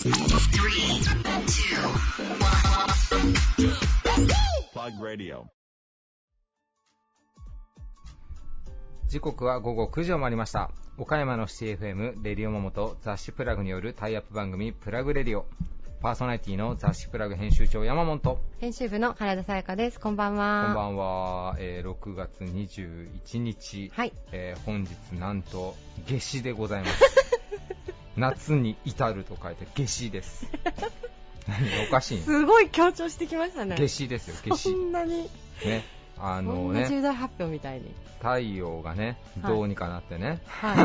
時刻は午後9時を回りました。岡山のシティ FM レディオモモと雑誌プラグによるタイアップ番組プラグレディオ、パーソナリティの雑誌プラグ編集長山本と編集部の原田さやかです。こんばんは。 こんばんは。6月21日、はい、本日なんと夏至でございます夏に至ると書いて夏至です。おかしいね。 すごい強調してきましたね。 夏至ですよ、夏至。 そんなにね、 そんな重大発表みたいに太陽がね、どうにかなってね、 はい、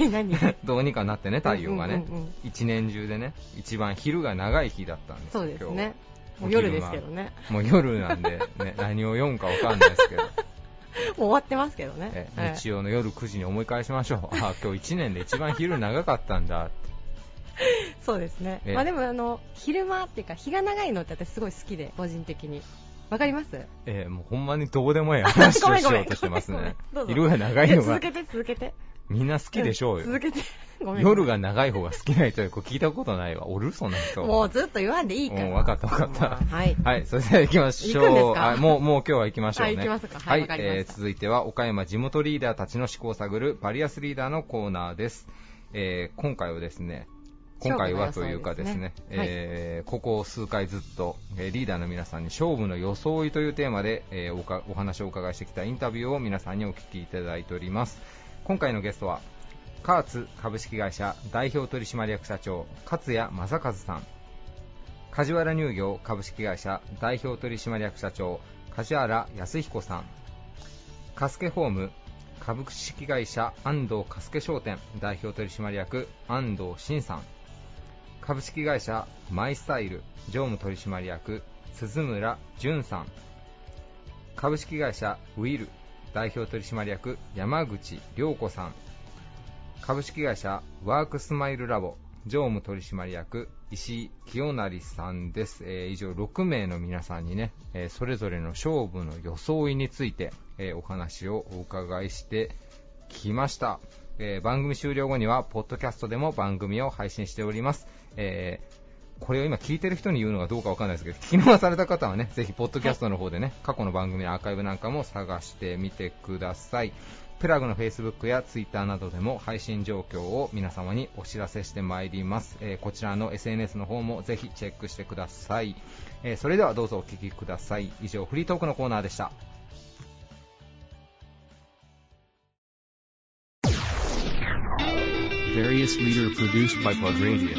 何どうにかなってね、太陽がね、一年中でね、一番昼が長い日だったんですよ。 そうですね。もう夜ですけどね。 もう夜なんで、ね、何を読むか分かんないですけど。 もう終わってますけどね。 日曜の夜9時に思い返しましょう。あ、今日1年で一番昼長かったんだって。 そうですね。まあでも昼間っていうか日が長いのって私すごい好きで、個人的に。わかります？ もうほんまにどうでもいい話をしようとしてますね。昼が長いのが。 続けて。 みんな好きでしょうよ。 続けて。 夜が長い方が好きな人聞いたことないわ。おるそんな人。 もうずっと言わんでいいから。 分かった。 はい。 はい、それでは行きましょう。 行くんですか？ もう今日は行きましょうね。 はい、行きますか。はい、わかりました。 続いては岡山地元リーダーたちの思考を探るバリアスリーダーのコーナーです。今回はというかですね、ここ数回ずっと、リーダーの皆さんに勝負の装いというテーマで、お話をお伺いしてきたインタビューを皆さんにお聞きいただいております。今回のゲストはカーツ株式会社代表取締役社長勝谷正和さん、梶原乳業株式会社代表取締役社長梶原康彦さん、カスケホーム株式会社安藤カスケ商店代表取締役安藤真さん、株式会社マイスタイル常務取締役鈴村淳さん、株式会社ウィル代表取締役山口良子さん、株式会社ワークスマイルラボ常務取締役石井清成さんです。以上6名の皆さんにね、それぞれの勝負の装いについて、お話をお伺いしてきました。番組終了後にはポッドキャストでも番組を配信しております。これを今聞いてる人に言うのかどうかわかんないですけど、聞き逃された方はね、ぜひポッドキャストの方でね、過去の番組のアーカイブなんかも探してみてください。プラグの Facebook や Twitter などでも配信状況を皆様にお知らせしてまいります。こちらの SNS の方もぜひチェックしてください。それではどうぞお聞きください。以上フリートークのコーナーでした。 Various leader produced by Plug Radio.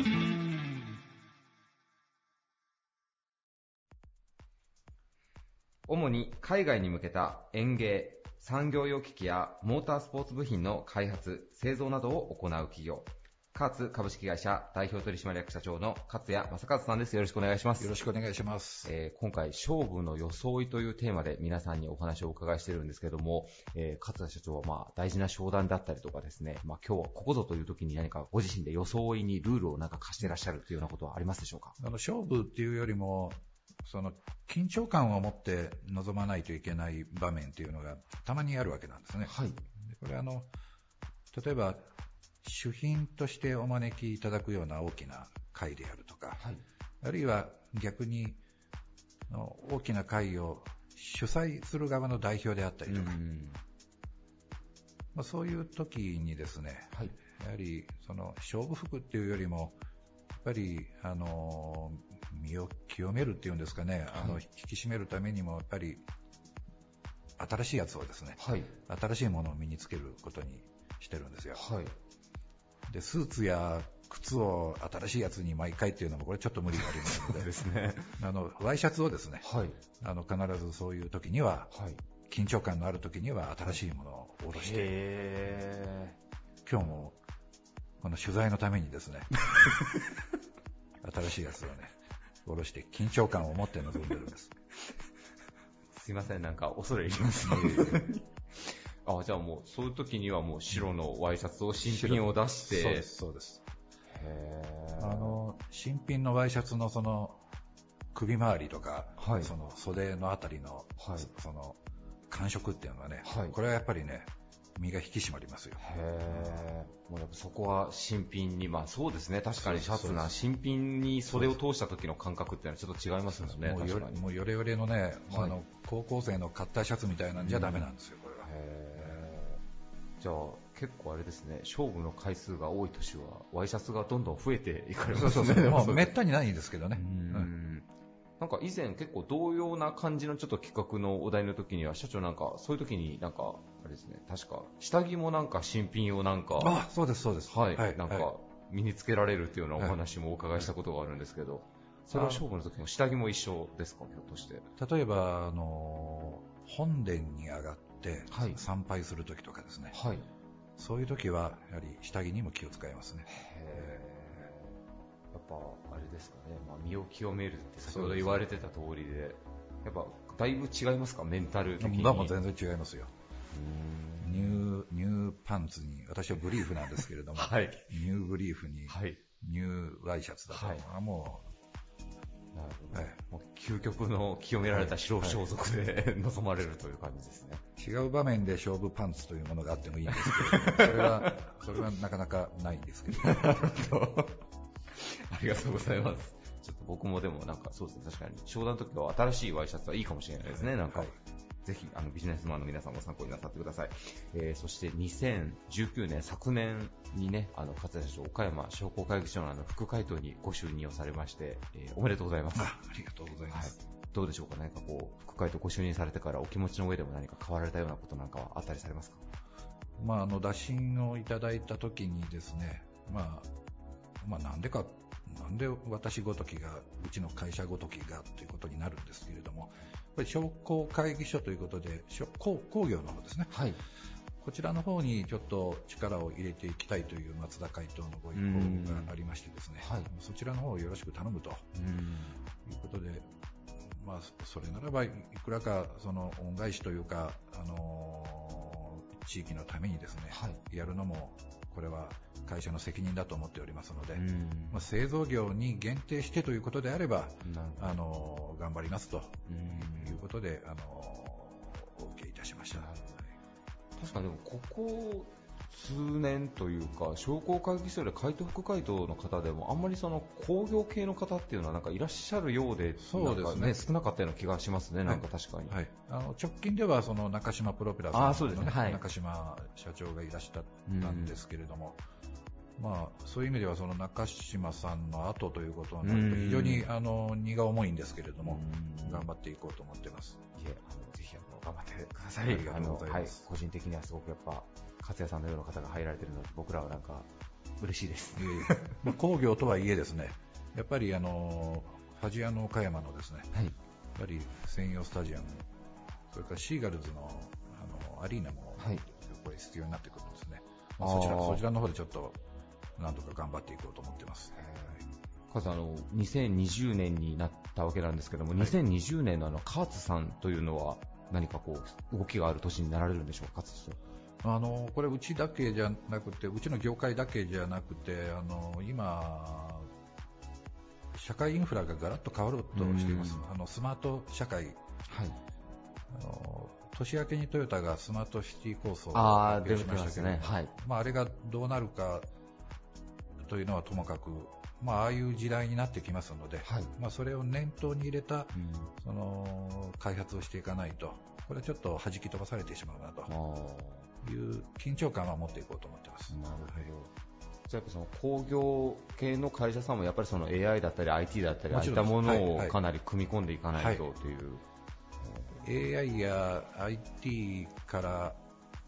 主に海外に向けた園芸、産業用機器やモータースポーツ部品の開発、製造などを行う企業、カーツ株式会社代表取締役社長の勝谷正和さんです。よろしくお願いします。 よろしくお願いします。 今回勝負の装いというテーマで皆さんにお話をお伺いしているんですけども、勝谷社長は大事な商談だったりとかですね、今日はここぞという時に何かご自身で装いにルールを課していらっしゃるというようなことはありますでしょうか？ 勝負っていうよりもその緊張感を持って臨まないといけない場面というのがたまにあるわけなんですね。 はい。 これ例えば主賓としてお招きいただくような大きな会であるとか、はい、あるいは逆に大きな会を主催する側の代表であったりとか、そういう時にですね、はい、やはりその勝負服っていうよりもやっぱり身を清めるっていうんですかね、引き締めるためにもやっぱり新しいやつをですね、はい、新しいものを身につけることにしてるんですよ。はい。でスーツや靴を新しいやつに毎回っていうのもこれちょっと無理がありますのでですね、ワイシャツをですね、はい、必ずそういう時には、はい、緊張感のある時には新しいものを下ろして、今日もこの取材のためにですね新しいやつをね下ろして緊張感を持って臨んでるんです。 すいません、恐れ入りますね。じゃあもうそういう時にはもう白のワイシャツを新品を出して。 そうです。新品のワイシャツのその首周りとか、はい、その袖のあたりの、はい、その感触っていうのはね、はい、これはやっぱりね身が引き締まりますよ。 もうやっぱそこは新品に、そうですね、確かにシャツな新品に袖を通した時の感覚っていうのはちょっと違いますよね。 もうヨレヨレのね、高校生のカッターシャツみたいなんじゃダメなんですよ、これは。 じゃあ結構あれですね、勝負の回数が多い年はワイシャツがどんどん増えていかれますね。 もうめったにないんですけどね。 なんか以前結構同様な感じのちょっと企画のお題の時には社長なんかそういう時になんかあれですね、確か下着もなんか新品をなんかそうですそうです、 なんか身につけられるっていうようなお話もお伺いしたことがあるんですけど、それは勝負の時の下着も一緒ですか、ひょっとして。 例えば本殿に上がって参拝する時とかですね、そういう時はやはり下着にも気を使いますね。 やっぱあれですかね、身を清めるって先ほど言われてた通りで、やっぱだいぶ違いますか、メンタル的に。 もう全然違いますよ。ニューパンツに、私はブリーフなんですけれども、ニューブリーフに、ニューワイシャツだと、もう、 なるほど、もう究極の清められた白装束で臨まれるという感じですね。 違う場面で勝負パンツというものがあってもいいんですけど、それはなかなかないんですけど。 ありがとうございます。ちょっと僕もでもなんかそうですね、確かに商談の時は新しいワイシャツはいいかもしれないですね。なんか、ぜひビジネスマンの皆さんも参考になさってください。そして2019年、昨年にね、勝谷社長、岡山商工会議所の副会頭にご就任をされまして、おめでとうございます。 ありがとうございます。 どうでしょうか、何か副会頭ご就任されてからお気持ちの上でも何か変わられたようなことなんかはあったりされますか？ 打診をいただいた時にですね、なんで私ごときが、うちの会社ごときがということになるんですけれども、やっぱり商工会議所ということで、工業の方ですね、こちらの方にちょっと力を入れていきたいという松田会頭のご意向がありましてですね、そちらの方をよろしく頼むということで、それならばいくらかその恩返しというか、地域のためにですね、やるのもこれは会社の責任だと思っておりますので、製造業に限定してということであれば頑張りますということでお受けいたしました。 確かにでもここ数年というか、商工会議所で会頭副会頭の方でもあんまりその工業系の方っていうのはなんかいらっしゃるようで、 そうですね、 少なかったような気がしますね。なんか確かに、 直近ではその中島プロペラさんの、中島社長がいらっしゃったんですけれども、そういう意味ではその中島さんの後ということになると非常に荷が重いんですけれども、頑張っていこうと思っています。 ぜひ頑張ってください。ありがとうございます。個人的にはすごくやっぱ勝谷さんのような方が入られているので、僕らはなんか嬉しいです。 工業とはいえですね、やっぱりファジアノ岡山のですね、やっぱり専用スタジアム、それからシーガルズのアリーナもこれ必要になってくるんですね。そちらの方でちょっとなんとか頑張っていこうと思ってます。 2020年になったわけなんですけども、2020年の勝さんというのは何か動きがある年になられるんでしょうか？ これうちだけじゃなくて、うちの業界だけじゃなくて、今社会インフラがガラッと変わろうとしています。スマート社会、年明けにトヨタがスマートシティ構想を発表しましたけど、あれがどうなるかというのはともかく、ああいう時代になってきますので、それを念頭に入れた、その開発をしていかないと、これはちょっと弾き飛ばされてしまうなという緊張感は持っていこうと思っています。 なるほど。じゃあその工業系の会社さんもやっぱりその AI だったり IT だったり、ああいったものをかなり組み込んでいかないとという、 AI や IT から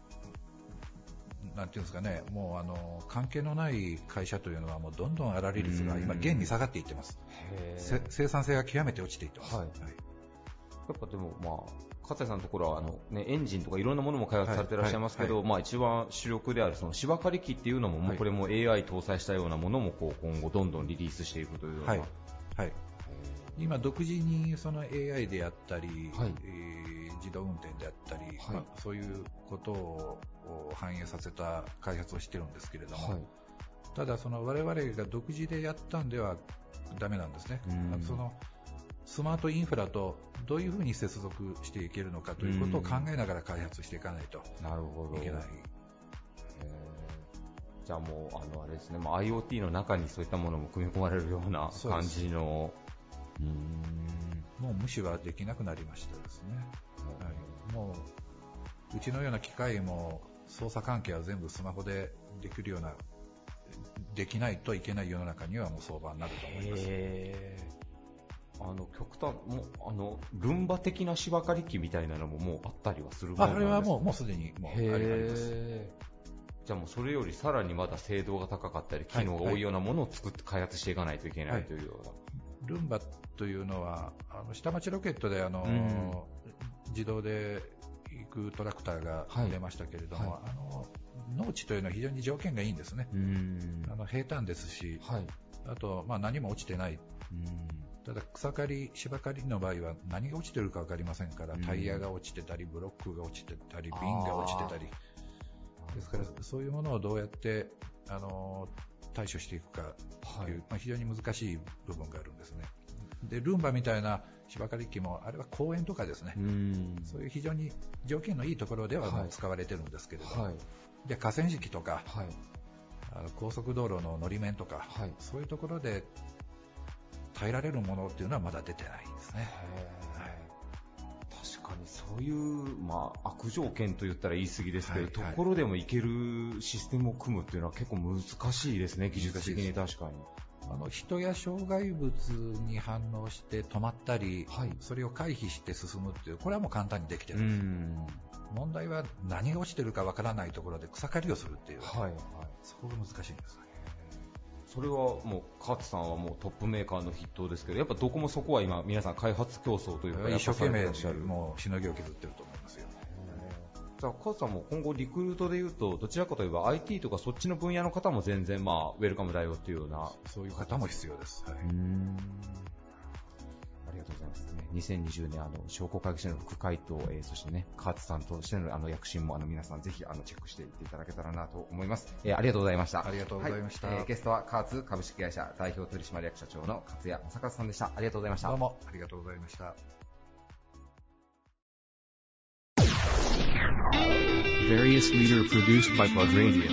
なんていうんですかね、もう関係のない会社というのはもうどんどん粗利率が今現に下がっていってます。生産性が極めて落ちていってます。やっぱでも勝谷さんのところはエンジンとかいろんなものも開発されていらっしゃいますけど、一番主力であるその芝刈り機っていうのも、もうこれも AI 搭載したようなものも今後どんどんリリースしていくというような、 今独自にその AI であったり、自動運転であったり、そういうことを反映させた開発をしているんですけれども、ただその我々が独自でやったんではダメなんですね。そのスマートインフラとどういうふうに接続していけるのかということを考えながら開発していかないといけないじゃあもうあれですね、IoT の中にそういったものも組み込まれるような感じの。 もう無視はできなくなりましたですね。はい、もううちのような機械も操作関係は全部スマホでできるような、できないといけない世の中にはもう相場になると思います。 極端もルンバ的な芝刈り機みたいなのももうあったりはするものなんですか？ あれはもうすでにもうあります。 じゃあもうそれよりさらにまだ精度が高かったり機能が多いようなものを作って開発していかないといけないというような。 ルンバというのは下町ロケットで自動で行くトラクターが出ましたけれども、農地というのは非常に条件がいいんですね。平坦ですし、あと、何も落ちてない。ただ草刈り、芝刈りの場合は何が落ちてるか分かりませんから、タイヤが落ちてたり、ブロックが落ちてたり、瓶が落ちてたり。ですから、そういうものをどうやって対処していくかという、非常に難しい部分があるんですね。で、ルンバみたいな芝刈り機も、あれは公園とかですね、そういう非常に条件のいいところではもう使われてるんですけれども、で河川敷とか、高速道路ののり面とか、そういうところで耐えられるものっていうのはまだ出てないんですね。 確かにそういう、悪条件と言ったら言い過ぎですけど、ところでもいけるシステムを組むっていうのは結構難しいですね、技術的に。確かに人や障害物に反応して止まったり、それを回避して進むっていう、これはもう簡単にできてるんです。問題は何が落ちてるかわからないところで草刈りをするっていう、そこが難しいんです。 それはもう勝さんはもうトップメーカーの筆頭ですけど、やっぱどこもそこは今皆さん開発競争というか一生懸命もうしのぎを削ってると思いますよ。 じゃあ勝さんも今後リクルートでいうとどちらかといえば IT とかそっちの分野の方も全然ウェルカムだよっていうような、 そういう方も必要です。 ありがとうございます。2020年商工会議所の副会頭、そしてね勝さんとしての躍進も皆さんぜひチェックしていっていただけたらなと思います。ありがとうございました。 ありがとうございました。 ゲストは勝株式会社代表取締役社長の勝谷正和さんでした。ありがとうございました。 どうもありがとうございました。 Various leader produced by Plug Radio.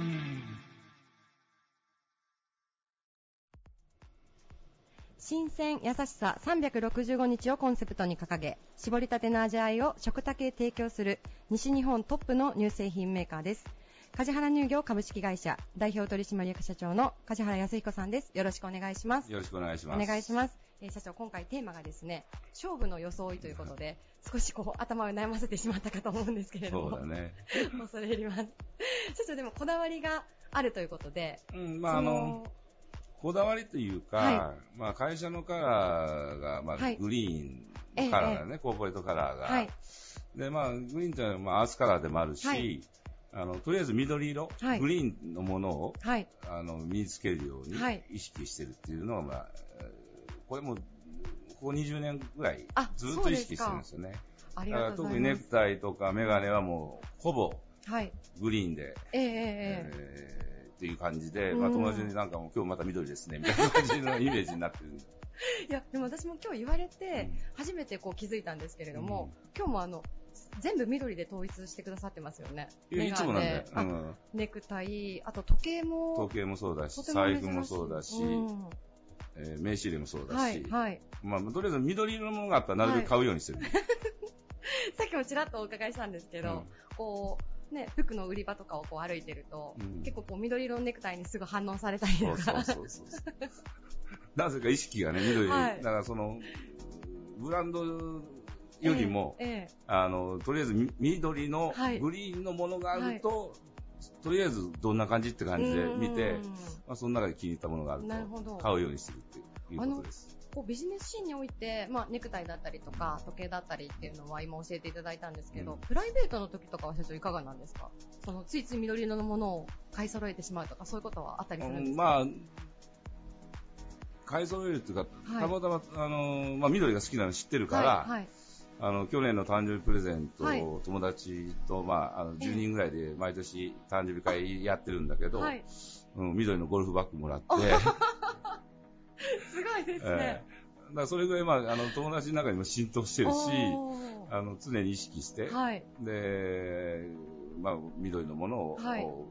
新鮮優しさ365日をコンセプトに掲げ、絞りたての味わいを食卓へ提供する西日本トップの乳製品メーカーです。梶原乳業株式会社代表取締役社長の梶原康彦さんです。よろしくお願いします。 よろしくお願いします。 お願いします。社長、今回テーマがですね、勝負の装いということで、少し頭を悩ませてしまったかと思うんですけれども。 そうだね。 恐れ入ります。社長、でもこだわりがあるということで、 こだわりというか、会社のカラーが、グリーンのカラーだね、コーポレートカラーが。で、グリーンというのは、アースカラーでもあるし、とりあえず緑色、グリーンのものを、身につけるように意識してるっていうのは、これも、ここ20年ぐらいずっと意識してるんですよね。だから特にネクタイとかメガネはもう、ほぼグリーンで、っていう感じで、友達になんかも今日また緑ですねみたいな感じのイメージになってる。 いや、でも私も今日言われて初めて気づいたんですけれども、今日も全部緑で統一してくださってますよね。 いつもなんだよ。 ネクタイ、あと時計もそうだし、財布もそうだし、名刺入れもそうだし、とりあえず緑色のものがあったらなるべく買うようにしてる。 さっきもちらっとお伺いしたんですけど、服の売り場とかを歩いてると、結構緑色のネクタイにすぐ反応されたりとか。 なぜか意識がね、緑。だからブランドよりも、とりあえず緑のグリーンのものがあると、とりあえずどんな感じって感じで見て、その中で気に入ったものがあると買うようにするっていうことです。 ビジネスシーンにおいて、ネクタイだったりとか時計だったりっていうのは今教えていただいたんですけど、プライベートの時とかは社長いかがなんですか？ついつい緑色のものを買い揃えてしまうとかそういうことはあったりするんですか？ 買い揃えるっていうか、たまたま緑が好きなの知ってるから、去年の誕生日プレゼントを友達と10人ぐらいで毎年誕生日会やってるんだけど、緑のゴルフバッグもらって。 すごいですね。 だからそれぐらい、友達の中にも浸透してるし、常に意識して、で、緑のものを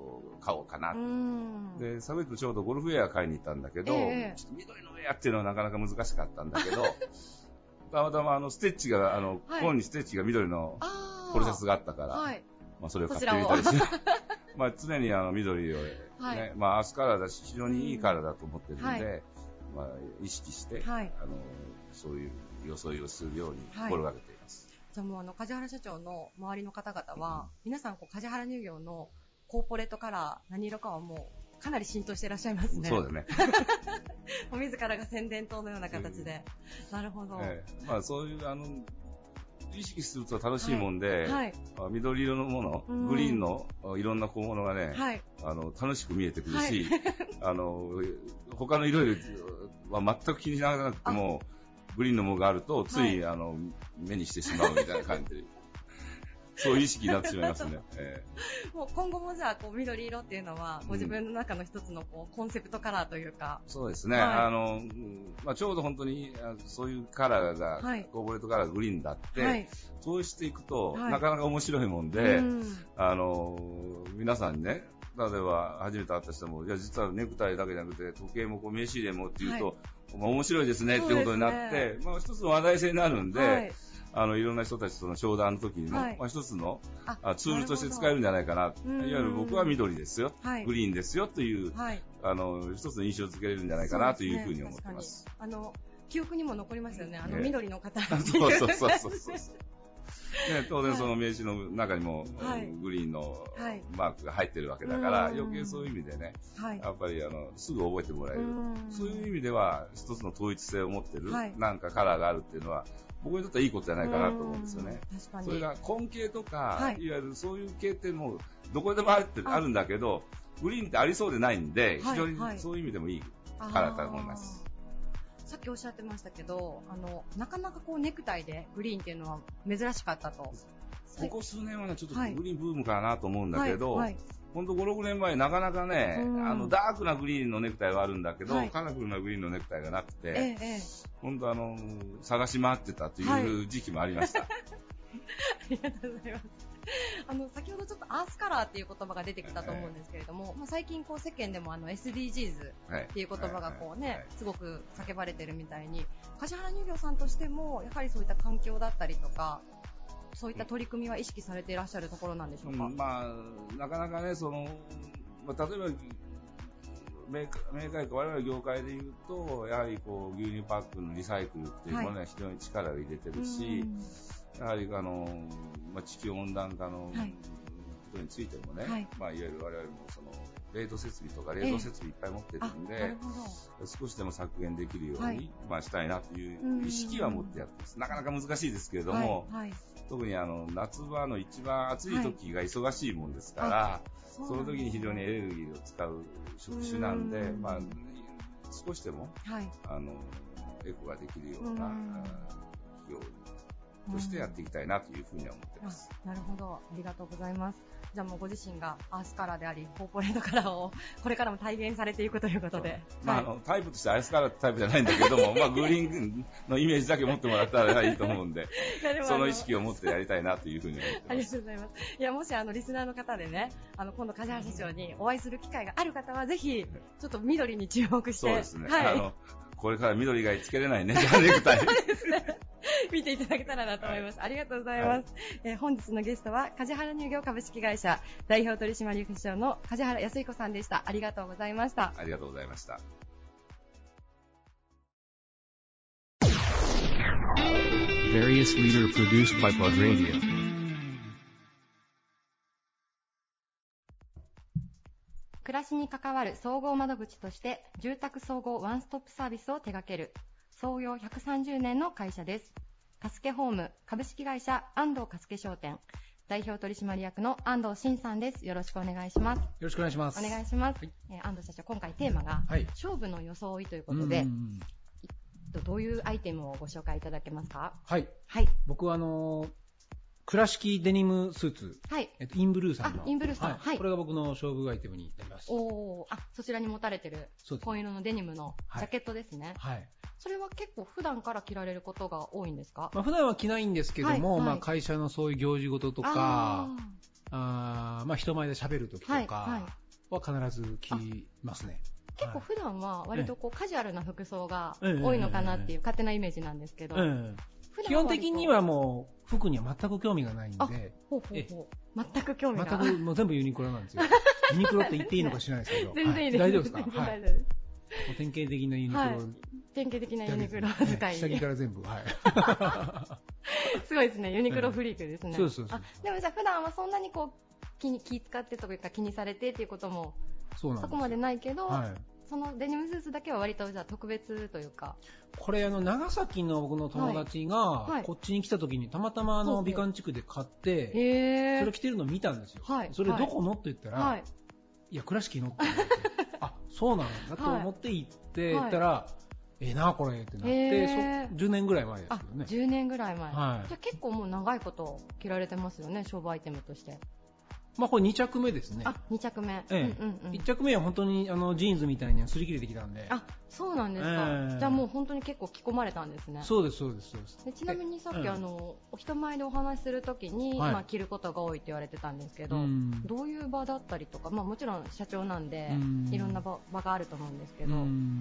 買おうかな。で、昨日ちょうどゴルフウェア買いに行ったんだけど、ちょっと緑のウェアっていうのはなかなか難しかったんだけど、たまたまステッチが、紺にステッチが緑のポロシャツがあったから、まあそれを買ってみたりして、まあ常に緑をね、まあアースカラーだし、非常にいいカラーだと思ってるんで、まあ意識して、そういう装いをするように心がけています。 じゃあもう梶原社長の周りの方々は、皆さん梶原乳業のコーポレートカラー、何色かはもうかなり浸透していらっしゃいますね。 そうだね。 お自らが宣伝塔のような形で。なるほど。 まあそういう意識すると楽しいもんで、緑色のもの、グリーンのいろんな小物がね、楽しく見えてくるし、他の色は全く気にならなくても、グリーンのものがあると、つい、目にしてしまうみたいな感じで、そういう意識になってしまいますね。 もう今後もじゃあ、緑色っていうのは、ご自分の中の一つのコンセプトカラーというか。 そうですね。まあ、ちょうど本当に、そういうカラーが、コーポレートカラーがグリーンだって、そうしていくと、なかなか面白いもんで、皆さんにね、例えば初めて会った人も、いや実はネクタイだけじゃなくて時計も名刺入れもって言うと、面白いですねっていうことになって、まあ一つの話題性になるんで、いろんな人たちとの商談の時にね、まあ一つのツールとして使えるんじゃないかな。いわゆる僕は緑ですよ、グリーンですよという、一つの印象をつけれるんじゃないかなというふうに思ってます。 記憶にも残りますよね、緑の方。 そう。ね、当然その名刺の中にもグリーンのマークが入ってるわけだから、余計そういう意味でね、やっぱりすぐ覚えてもらえる。そういう意味では一つの統一性を持ってるなんかカラーがあるっていうのは、僕にとっては、いいことじゃないかなと思うんですよね。それが紺系とか、いわゆるそういう系ってもうどこでもあるんだけど、グリーンってありそうでないんで、非常にそういう意味でもいいカラーだと思います。 さっきおっしゃってましたけど、なかなかネクタイでグリーンっていうのは珍しかったと。 ここ数年はね、ちょっとグリーンブームかなと思うんだけど、ほんと5、6年前なかなかね、ダークなグリーンのネクタイはあるんだけど、カラフルなグリーンのネクタイがなくて、ほんと探し回ってたという時期もありました。 ありがとうございます。先ほどちょっとアースカラーっていう言葉が出てきたと思うんですけれども、最近世間でもSDGs っていう言葉がすごく叫ばれてるみたいに、梶原乳業さんとしてもやはりそういった環境だったりとか、そういった取り組みは意識されていらっしゃるところなんでしょうか。 なかなかね、例えばメーカー我々業界でいうと、やはり牛乳パックのリサイクルっていうものには非常に力を入れてるし、やはり地球温暖化のことについてもね、いわゆる我々も冷凍設備とか冷凍設備いっぱい持ってるんで、少しでも削減できるように、したいなという意識は持ってやってます。なかなか難しいですけれども、特に夏場の一番暑い時が忙しいもんですから、その時に非常にエネルギーを使う職種なんで、少しでも、エコができるような企業としてやっていきたいなというふうには思っています。 なるほど、ありがとうございます。じゃあもうご自身がアースカラーであり、コーポレートカラーをこれからも体現されていくということで。 タイプとしてアースカラーってタイプじゃないんだけども、グリーンのイメージだけ持ってもらったらいいと思うんで、その意識を持ってやりたいなというふうに思ってます。 ありがとうございます。いや、もしリスナーの方でね、今度梶原社長にお会いする機会がある方は、ぜひ、ちょっと緑に注目して。 そうですね。これから緑がつけれないね、じゃあネクタイ。 そうですね。見ていただけたらなと思います。ありがとうございます。本日のゲストは梶原乳業株式会社代表取締役社長の梶原康彦さんでした。ありがとうございました。 ありがとうございました。 Various leader produced by Plug Radio. 暮らしに関わる総合窓口として住宅総合ワンストップサービスを手掛ける創業130年の会社です。カスケホーム株式会社安藤カスケ商店代表取締役の安藤真さんです。よろしくお願いします。よろしくお願いします。 お願いします。安藤社長、今回テーマが、勝負の装いということで、どういうアイテムをご紹介いただけますか？ はい。僕は倉敷デニムスーツ、インブルーさんの、 インブルーさん、 これが僕の勝負アイテムになります。 そちらに持たれてる紺色のデニムのジャケットですね。それは結構普段から着られることが多いんですか？ 普段は着ないんですけども、会社のそういう行事事とか、 人前で喋るときとかは必ず着ますね。 結構普段は割とカジュアルな服装が多いのかなっていう勝手なイメージなんですけど、 基本的にはもう服には全く興味がないんで、 全く興味がない。 全くもう全部ユニクロなんですよ。ユニクロって言っていいのか知らないですけど、 全然いいです。 大丈夫ですか？ 全然大丈夫です。 典型的なユニクロ、 典型的なユニクロ使い。 下着から全部、 すごいですね、ユニクロフリークですね。 そうそう。 でもじゃあ普段はそんなに気使ってというか気にされてっていうこともそこまでないけど、そのデニムスーツだけは割とじゃあ特別というか。 これ長崎の僕の友達がこっちに来た時にたまたま美観地区で買って、それ着てるのを見たんですよ。それどこのって言ったら、いや倉敷のって言って、あ、そうなんだと思って行って行ったら、これってなって、10年ぐらい前ですよね。 10年ぐらい前。じゃあ結構もう長いこと着られてますよね、勝負アイテムとして。 これ2着目ですね。 2着目。 1着目は本当にジーンズみたいに擦り切れてきたんで。 そうなんですか。じゃあもう本当に結構着込まれたんですね。 そうです、そうです。 ちなみにさっきお人前でお話しするときに、着ることが多いって言われてたんですけど、どういう場だったりとか、もちろん社長なんで、いろんな場があると思うんですけど。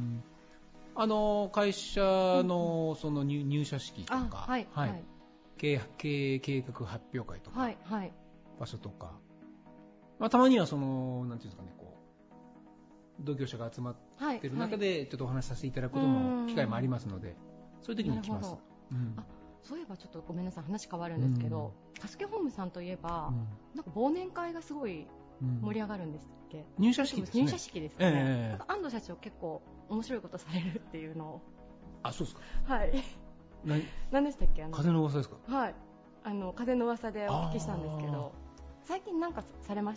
会社のその入社式とか、経営計画発表会とか、場所とか、たまにはなんていうんですかね、同業者が集まってる中でちょっとお話しさせていただくことも機会もありますので、そういう時に来ます。 そういえばちょっとごめんなさい、話変わるんですけど、カスケホームさんといえば、なんか忘年会がすごい盛り上がるんですっけ？ 入社式ですね。 入社式ですね。安藤社長結構面白いことされるっていうのを。 そうですか。 はい。何でしたっけ？ 風の噂ですか？ はい。風の噂でお聞きしたんですけど、最近なんかされました？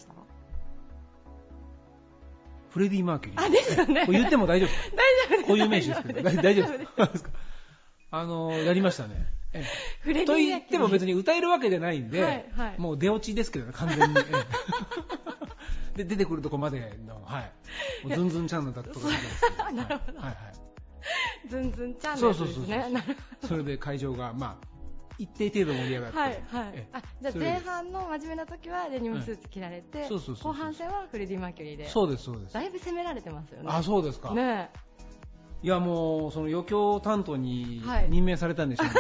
フレディ・マーキュリー。 ですよね。 言っても大丈夫です。 大丈夫です。 こういう名詞ですけど、大丈夫ですか？やりましたね。と言っても別に歌えるわけじゃないんで、もう出落ちですけどね、完全に。で、出てくるとこまでの、もうズンズンチャンネルだったとか。 なるほど。ズンズンチャンネルですね。 それで会場が、一定程度盛り上がって。 じゃあ前半の真面目な時はデニムスーツ着られて、後半戦はフレディ・マーキュリーで。 そうです、そうです。 だいぶ攻められてますよね。 そうですか。 ね。 いやもうその余興担当に任命されたんでしょうから、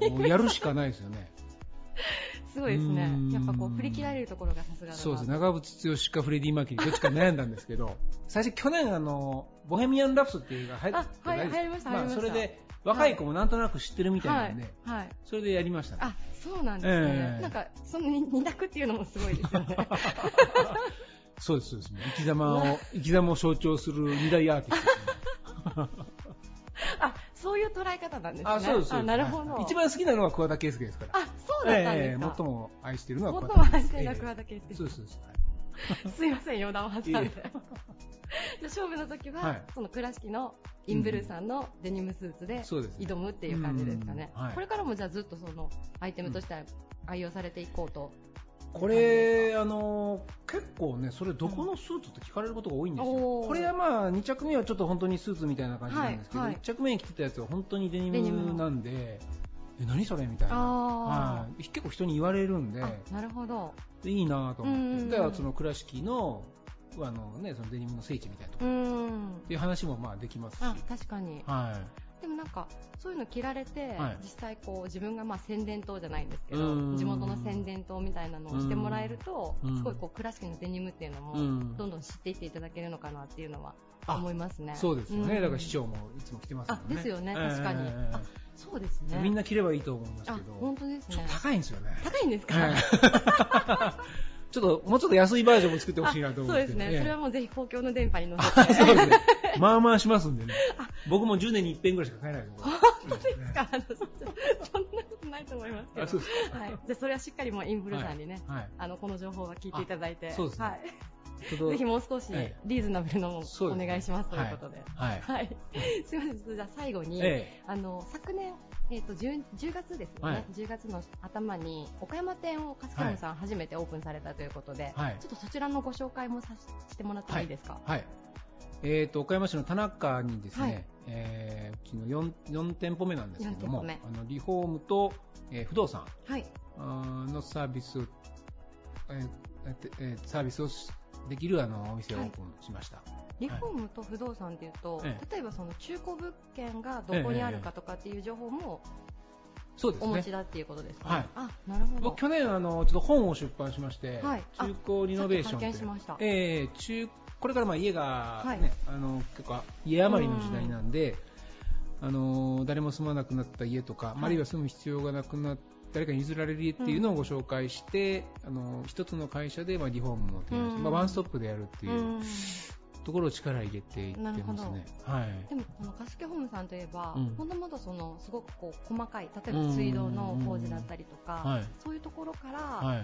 もうやるしかないですよね。 すごいですね。やっぱ振り切られるところがさすがだな。 そうです。長渕剛かフレディ・マーキュリーどっちか悩んだんですけど、最初去年ボヘミアン・ラプソっていうのが流行ってたじゃないですか。 流行りました。 それで若い子もなんとなく知ってるみたいなんで、それでやりましたね。 そうなんですね。なんかその二択っていうのもすごいですよね。 そうです、そうです。生き様を象徴する二大アーティストですね。 そういう捉え方なんですね。 そうです。 なるほど。 一番好きなのは桑田佳祐ですから。 そうだったんですか。 最も愛しているのは桑田佳祐。最も愛しているのは桑田佳祐。 そうです。 すいません、余談を挟んで。勝負の時は、その倉敷のインブルーさんのデニムスーツで挑むっていう感じですかね。これからもじゃあずっとそのアイテムとして愛用されていこうと。 これ結構ね、それどこのスーツって聞かれることが多いんですよ。これは2着目はちょっと本当にスーツみたいな感じなんですけど、1着目に着てたやつは本当にデニムなんで、何それみたいな、結構人に言われるんで、 なるほど、 いいなと思って、だからその倉敷のそのデニムの聖地みたいなところっていう話もできますし。 確かに。でもなんかそういうの着られて、実際自分が宣伝塔じゃないんですけど、地元の宣伝塔みたいなのをしてもらえると、すごい倉敷のデニムっていうのもどんどん知っていっていただけるのかなっていうのは思いますね。 そうですよね。だから市長もいつも着てますよね。 ですよね、確かに。そうですね。 みんな着ればいいと思いますけど。 本当ですね。 高いんですよね。 高いんですか？ もうちょっと安いバージョンも作ってほしいなと思って。 そうですね。それはもうぜひ公共の電波に乗せて。 そうですね。まあしますんでね。僕も10年に一遍ぐらいしか買えないの。 本当ですか？そんなことないと思いますけど。 そうですか。 じゃあそれはしっかりもうインフルさんにね、この情報は聞いていただいて。 そうですね。 ぜひもう少しリーズナブルのお願いしますということで。すみません。じゃあ最後に、昨年、10月ですよね。10月の頭に岡山店をカスケホームさん初めてオープンされたということで、ちょっとそちらのご紹介もしてもらってもいいですか？ 岡山市の田中にですね、うちの4店舗目なんですけども、リフォームと、不動産のサービスサービスをできるお店をオープンしました。 リフォームと不動産でいうと、例えばその中古物件がどこにあるかとかっていう情報も、 そうですね、 お持ちだっていうことですか、 はい、 あ、なるほど。 僕去年ちょっと本を出版しまして、はい、中古リノベーションって、 しました。 これから家が、ね、結構家余りの時代なんで、誰も住まなくなった家とか、あるいは住む必要がなくなって誰かに譲られる家っていうのをご紹介して、一つの会社でリフォームを提案して、ワンストップでやるっていうところを力入れていってますね。はい、 でもカスケホームさんといえば、もともとすごく細かい、例えば水道の工事だったりとか、そういうところから、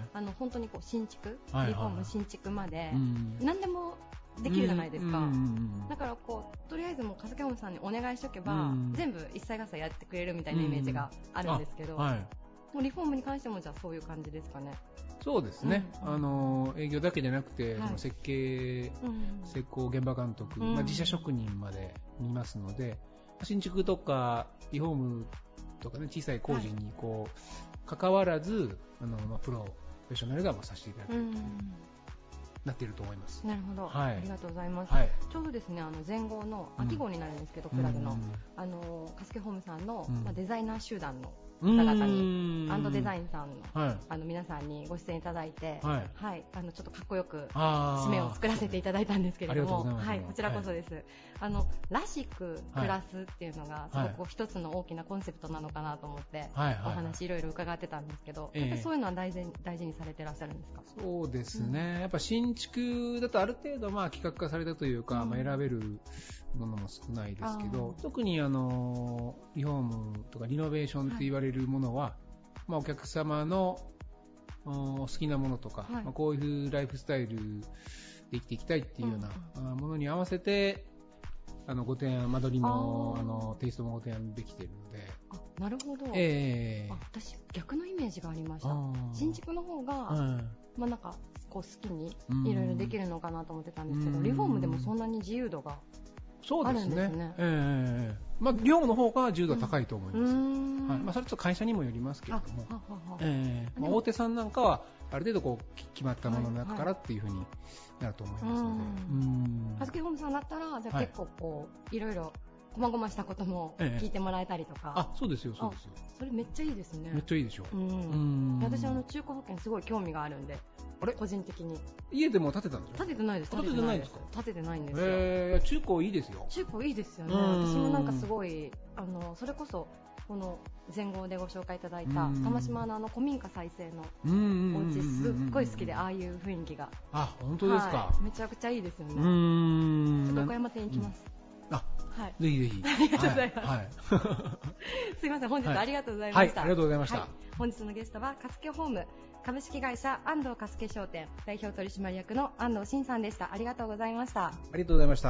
本当に新築、リフォーム新築まで、何でもできるじゃないですか。だからとりあえずもうカスケホームさんにお願いしとけば、全部一切合切やってくれるみたいなイメージがあるんですけど、もうリフォームに関してもじゃあそういう感じですかね。 そうですね、営業だけじゃなくて、設計、施工、現場監督、自社職人まで見ますので、新築とかリフォームとか、ね、小さい工事に関わらず、プロフェッショナルがさせていただくというなっていると思います。 なるほど、 はい、 ありがとうございます。ちょうどですね、前後の秋号になるんですけど、クラブの、カスケホームさんの、デザイナー集団の方々にアンドデザインさんの、皆さんにご出演いただいて、ちょっとかっこよく締めを作らせていただいたんですけれども、こちらこそです。らしく暮らすっていうのがすごく一つの大きなコンセプトなのかなと思って、お話いろいろ伺ってたんですけど、やっぱりそういうのは大事にされてらっしゃるんですか？ そうですね、やっぱ新築だとある程度企画化されたというか、選べるものも少ないですけど、特にリフォームとかリノベーションって言われるものは、お客様の好きなものとか、こういうライフスタイルで生きていきたいっていうようなものに合わせてご提案、間取りもテイストもご提案できているので。 なるほど、私逆のイメージがありました。新築の方が、なんか好きにいろいろできるのかなと思ってたんですけど、リフォームでもそんなに自由度があるんですね。 リフォームの方が自由度は高いと思います。それと会社にもよりますけれども、大手さんなんかはある程度決まったものの中からっていうふうになると思いますので、 カスケホームさんだったらじゃあ結構いろいろこまごましたことも聞いてもらえたりとか。 そうですよ、そうですよ。 それめっちゃいいですね。 めっちゃいいでしょ。 私中古保険すごい興味があるんで、個人的に。 家でも建てたんですか？ 建ててないです。 建ててないですか？ 建ててないんですよ。 中古いいですよ。 中古いいですよね。私もなんかすごいそれこそこの前後でご紹介いただいた玉島の古民家再生のお家すっごい好きで、ああいう雰囲気が。 本当ですか？ めちゃくちゃいいですよね。ちょっと岡山店行きます。 ぜひぜひ。 ありがとうございます。すいません、本日はありがとうございました。 ありがとうございました。 本日のゲストはカスケホーム株式会社安藤カスケ商店代表取締役の安藤真さんでした。ありがとうございました。 ありがとうございました。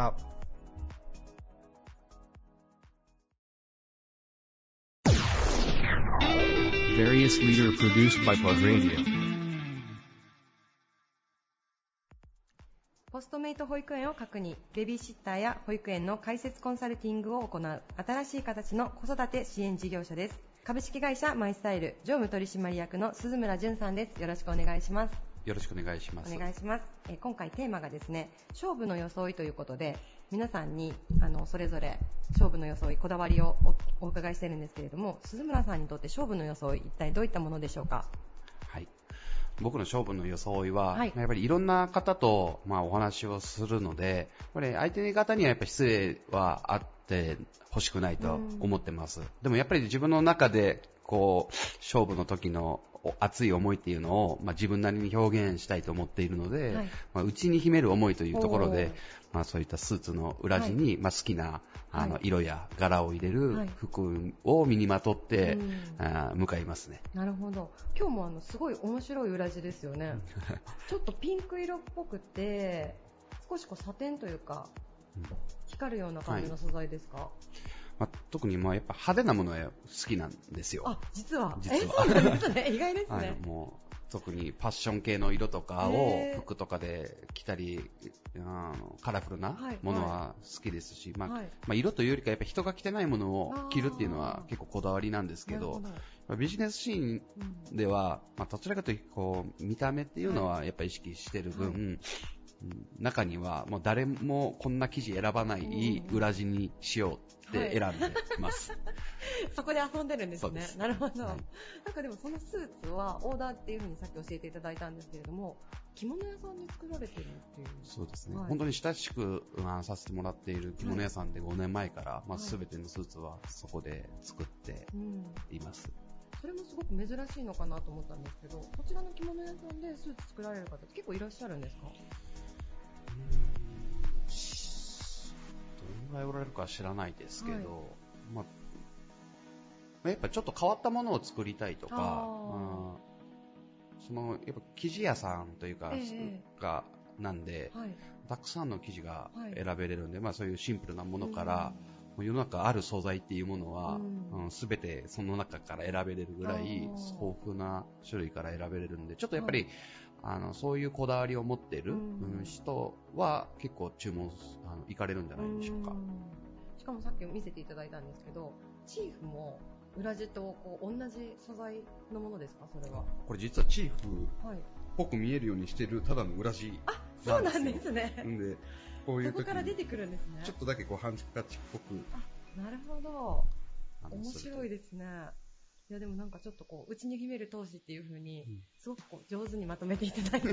Various leader produced by Plug Radio。 ポストメイト保育園を核にベビーシッターや保育園の開設コンサルティングを行う新しい形の子育て支援事業者です。株式会社マイスタイル常務取締役の鈴村淳さんです。よろしくお願いします。 よろしくお願いします。 お願いします。今回テーマがですね、勝負の装いということで、皆さんにそれぞれ勝負の装い、こだわりをお伺いしているんですけれども、鈴村さんにとって勝負の装い、一体どういったものでしょうか？ はい。僕の勝負の装いは、やっぱりいろんな方と、お話をするので、これ相手方にはやっぱり失礼はあってほしくないと思ってます。でもやっぱり自分の中で勝負の時の熱い思いっていうのを、自分なりに表現したいと思っているので、内に秘める思いというところで、そういったスーツの裏地に、好きな色や柄を入れる服を身にまとって、向かいますね。 なるほど。今日もすごい面白い裏地ですよね。ちょっとピンク色っぽくて少しサテンというか、光るような感じの素材ですか？ 特にやっぱ派手なものは好きなんですよ。 実は。 実は。 そうなんですね。意外ですね。 もう特にパッション系の色とかを服とかで着たり、カラフルなものは好きですし、まあ、色というよりかやっぱ人が着てないものを着るっていうのは結構こだわりなんですけど、ビジネスシーンでは、まあ、どちらかというとこう見た目っていうのはやっぱり意識してる分、中にはもう誰もこんな生地選ばない裏地にしようって選んでます。 そこで遊んでるんですね。なるほど。なんかでもそのスーツはオーダーっていう風にさっき教えていただいたんですけれども、着物屋さんで作られてるっていう。 そうですね。本当に親しくさせてもらっている着物屋さんで5年前から、まあ、全てのスーツはそこで作っています。 それもすごく珍しいのかなと思ったんですけど、こちらの着物屋さんでスーツ作られる方って結構いらっしゃるんですか？ どのぐらいおられるかは知らないですけど、まあ、やっぱちょっと変わったものを作りたいとか、そのやっぱ生地屋さんというか、がなんで、たくさんの生地が選べれるんで、まあそういうシンプルなものから、世の中ある素材っていうものは、全てその中から選べれるぐらい豊富な種類から選べれるんで、ちょっとやっぱり、そういうこだわりを持っている人は結構注文行かれるんじゃないでしょうか。 しかもさっき見せていただいたんですけど、チーフも裏地とこう同じ素材のものですか？それは。 これ実はチーフっぽく見えるようにしてるただの裏地なんですよ。 そうなんですね。 でこういう時にそこから出てくるんですね。 ちょっとだけこうハンカチっぽく。 なるほど。面白いですね。いやでもなんかちょっとこう内に秘める闘志っていう風にすごくこう上手にまとめていただいて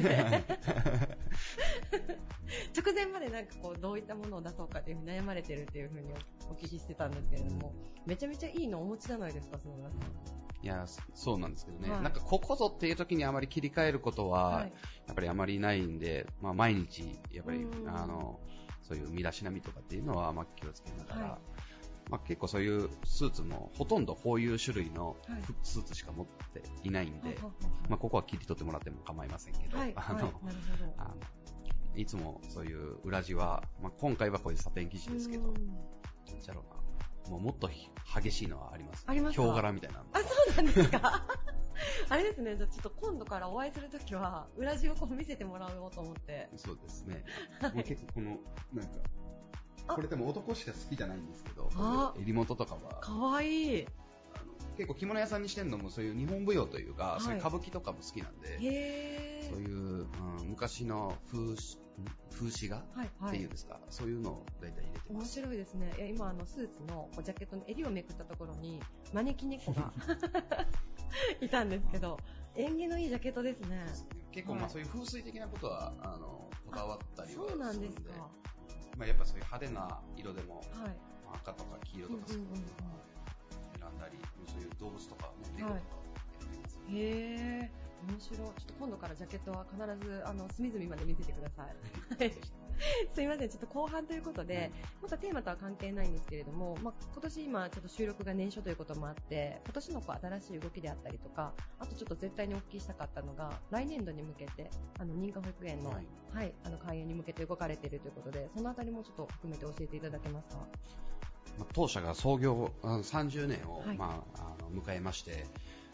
直前までなんかこうどういったものを出そうかっていう風に悩まれてるっていう風にお聞きしてたんですけれども、めちゃめちゃいいのお持ちじゃないですか、その皆さん。 いやそうなんですけどね、なんかここぞっていう時にあまり切り替えることはやっぱりあまりないんで、まあ、毎日やっぱりそういう身だしなみとかっていうのはまあ気をつけながら、まあ、結構そういうスーツもほとんどこういう種類のスーツしか持っていないんで、まあ、ここは切り取ってもらっても構いませんけど、いつもそういう裏地は、まあ、今回はこういうサテン生地ですけど、なんだろうな、もっと激しいのはあります。ヒョウ柄みたいな。 そうなんですかあれですね、じゃあちょっと今度からお会いするときは裏地をこう見せてもらおうと思って。 そうですね。もう結構このなんかこれでも男しか好きじゃないんですけど、襟元とかはかわいい。 結構着物屋さんにしてるのもそういう日本舞踊というか、そういう歌舞伎とかも好きなんで、そういう、昔の風刺画っていうんですか、そういうのを大体入れてます。 面白いですね。今スーツのジャケットの襟をめくったところに招き猫がいたんですけど、縁起のいいジャケットですね。 結構まあそういう風水的なことはこだわったりはするんで。 そうなんですか。 まあ、やっぱそういう派手な色でも、赤とか黄色とか選んだり、そういう動物とか猫とかやってます。 へー、面白い。ちょっと今度からジャケットは必ず隅々まで見せてください。すいません、ちょっと後半ということで、またテーマとは関係ないんですけれども、まあ、今年今ちょっと収録が年初ということもあって、今年の新しい動きであったりとか、あとちょっと絶対にお聞きしたかったのが、来年度に向けて認可保育園の、開園に向けて動かれているということで、そのあたりもちょっと含めて教えていただけますか？ 当社が創業30年を、迎えまして、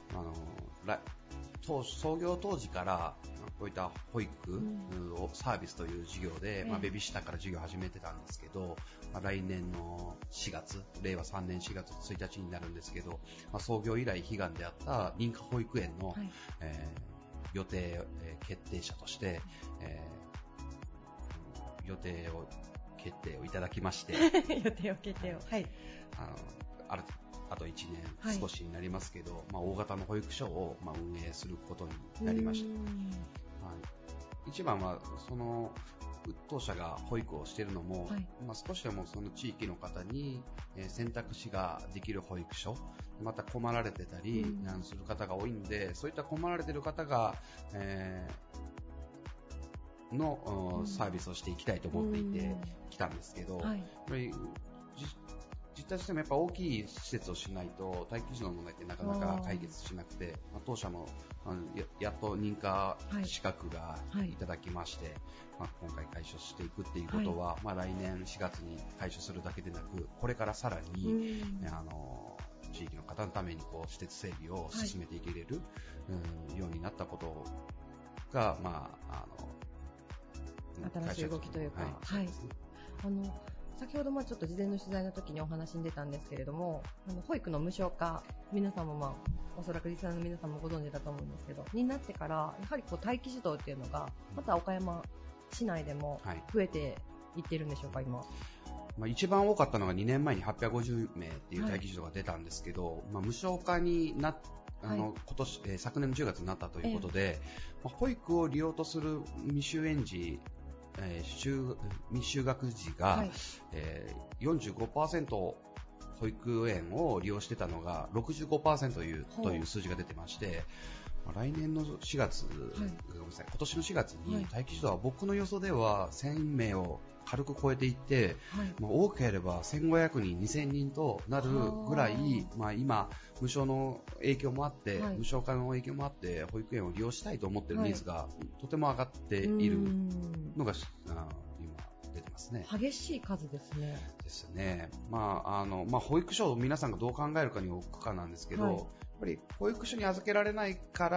創業当時からこういった保育をサービスという事業で、ベビーシッターから事業を始めてたんですけど、来年の4月、令和3年4月1日になるんですけど、創業以来悲願であった認可保育園の、予定決定者として、予定を決定をいただきまして予定を決定を、 あと1年少しになりますけど、大型の保育所を運営することになりました。一番はその当社が保育をしているのも、少しでもその地域の方に選択肢ができる保育所、また困られてたりする方が多いんで、そういった困られている方が、のサービスをしていきたいと思っていてきたんですけど、実態としてもやっぱ大きい施設をしないと待機児の問題ってなかなか解決しなくて、当社もやっと認可資格がいただきまして、今回開所していくっていうことは、来年4月に開所するだけでなく、これからさらに、 地域の方のために施設整備を進めていけれる、ようになったことが、 新しい動きというか、先ほどちょっと事前の取材の時にお話に出たんですけれども、保育の無償化、皆さんもおそらくリスナーの皆さんもご存知だと思うんですけど、になってからやはり待機児童っていうのがまた岡山市内でも増えていってるんでしょうか、今。 一番多かったのが2年前に850名っていう待機児童が出たんですけど、無償化にな昨年の10月になったということで、保育を利用とする未就園児、未就学児が、45% 保育園を利用してたのが 65% という数字が出てまして、来年の4月、ごめんなさい、今年の4月に待機児童は僕の予想では1000名を軽く超えていって、多ければ1500人、2000人となるぐらい、今、無償の影響もあって、無償化の影響もあって、保育園を利用したいと思っているニーズがとても上がっているのが、今出てますね。 激しい数ですね。 ですね。保育所を皆さんがどう考えるかに置くかなんですけど、やっぱり保育所に預けられないから、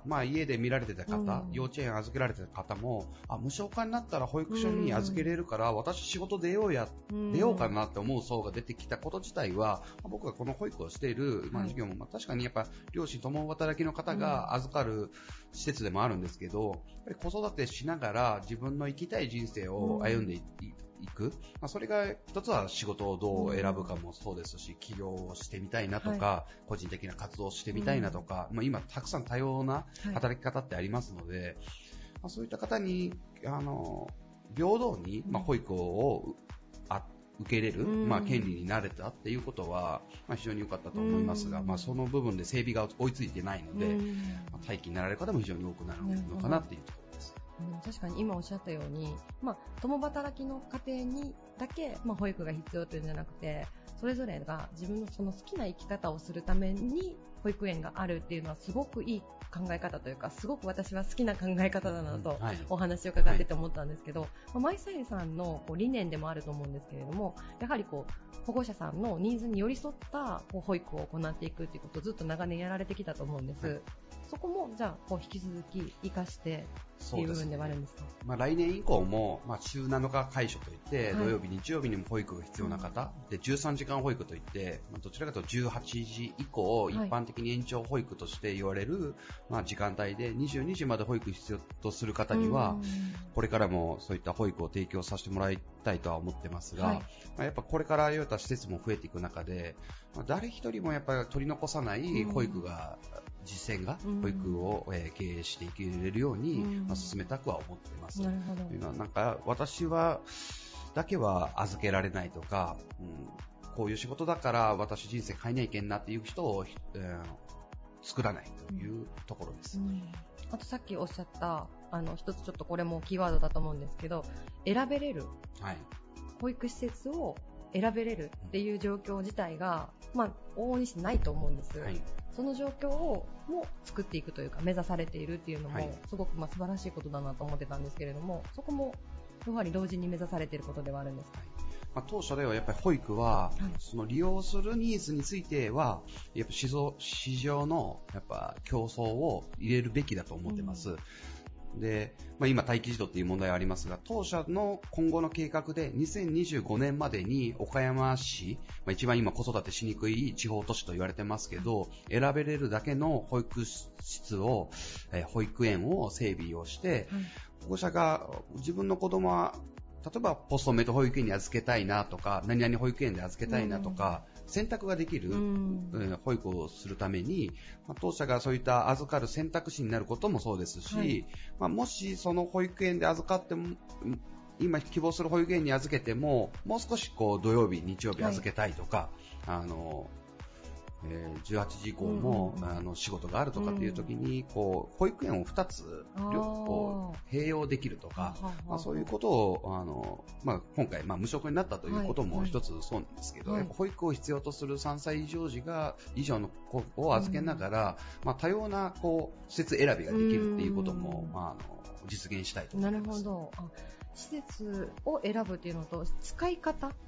家で見られてた方、幼稚園預けられてた方も、無償化になったら保育所に預けれるから、私仕事出ようかなって思う層が出てきたこと自体は、僕がこの保育をしている、事業も、確かにやっぱ両親共働きの方が預かる施設でもあるんですけど、やっぱり子育てしながら自分の生きたい人生を歩んでいく、それが一つは仕事をどう選ぶかもそうですし、起業をしてみたいなとか、個人的な活動をしてみたいなとか、今たくさん多様な働き方ってありますので、そういった方に平等に保育を受け入れる、権利になれたっていうことは、非常に良かったと思いますが、その部分で整備が追いついてないので、待機になられる方も非常に多くなるのかなっていうところです。 確かに今おっしゃったように、共働きの家庭にだけ、保育が必要というんじゃなくて、それぞれが自分のその好きな生き方をするために保育園があるっていうのはすごくいい考え方というか、すごく私は好きな考え方だなとお話を伺ってて思ったんですけど、マイサイさんの理念でもあると思うんですけれども、やはり保護者さんのニーズに寄り添った保育を行っていくということをずっと長年やられてきたと思うんです。そこもじゃあ引き続き生かしてっていう部分ではあるんですか？ 来年以降も、週7日開所といって、土曜日、日曜日にも保育が必要な方、で13時間保育といって、どちらかというと18時以降、一般的に延長保育として言われる、時間帯で22時まで保育必要とする方には、これからもそういった保育を提供させてもらいたいとは思ってますが、やっぱこれから言われた施設も増えていく中で、誰一人もやっぱり取り残さない保育が、実践が保育を経営していけれるように進めたくは思っています。なんか私だけは預けられないとか、こういう仕事だから私人生変えなきゃいけんなっていう人を、作らないというところです。 あとさっきおっしゃった一つちょっとこれもキーワードだと思うんですけど、選べれる、保育施設を選べれるっていう状況自体が、往々にしてないと思うんです。その状況をも作っていくというか、目指されているっていうのもすごく素晴らしいことだなと思ってたんですけれども、そこもやはり同時に目指されていることではあるんですか？ 当初ではやっぱり保育は、その利用するニーズについてはやっぱ市場のやっぱ競争を入れるべきだと思ってます。で、今待機児童っていう問題はありますが、当社の今後の計画で2025年までに岡山市、一番今子育てしにくい地方都市と言われてますけど、選べれるだけの保育室を、保育園を整備をして、保護者が自分の子供は例えばポストメイト保育園に預けたいなとか、何々保育園で預けたいなとか、選択ができる、保育をするために、当社がそういった預かる選択肢になることもそうですし、もしその保育園で預かっても、今希望する保育園に預けても、もう少し土曜日、日曜日預けたいとか、18時以降も、仕事があるとかっていう時に、保育園を2つ併用できるとか、そういうことを今回、無償化になったということも一つそうなんですけど、保育を必要とする3歳以上の子を預けながら、多様な施設選びができるっていうことも、実現したいと思います。 なるほど。施設を選ぶっていうのと使い方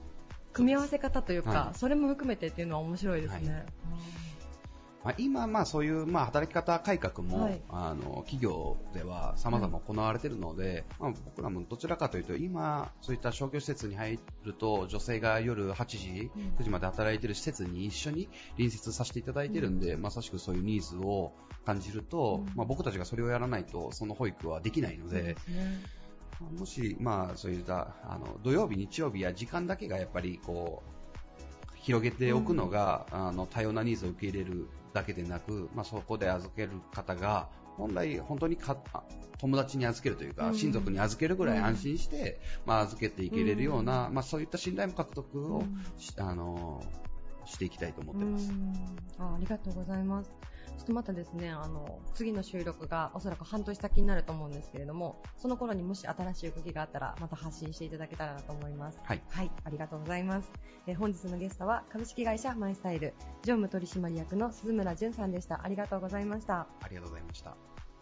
組み合わせ方というか、それも含めてっていうのは面白いですね。 今、そういう、働き方改革も、企業では様々行われているので、僕らもどちらかというと、今、そういった商業施設に入ると、女性が夜8時、9時まで働いている施設に一緒に隣接させていただいているんで、まさしくそういうニーズを感じると、僕たちがそれをやらないと、その保育はできないので、もし、そういった、土曜日、日曜日や時間だけがやっぱり、広げておくのが、多様なニーズを受け入れるだけでなく、そこで預ける方が本当に友達に預けるというか、親族に預けるぐらい安心して、預けていけれるような、そういった信頼も獲得をしていきたいと思ってます。 ありがとうございます。ちょっとまたですね、次の収録がおそらく半年先になると思うんですけれども、その頃にもし新しい動きがあったらまた発信していただけたらなと思います。はい、ありがとうございます。本日のゲストは株式会社マイスタイル常務取締役の鈴村淳さんでした。ありがとうございました。 ありがとうございました。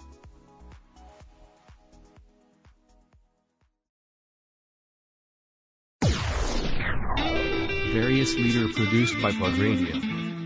Various leader produced by Plug Radio.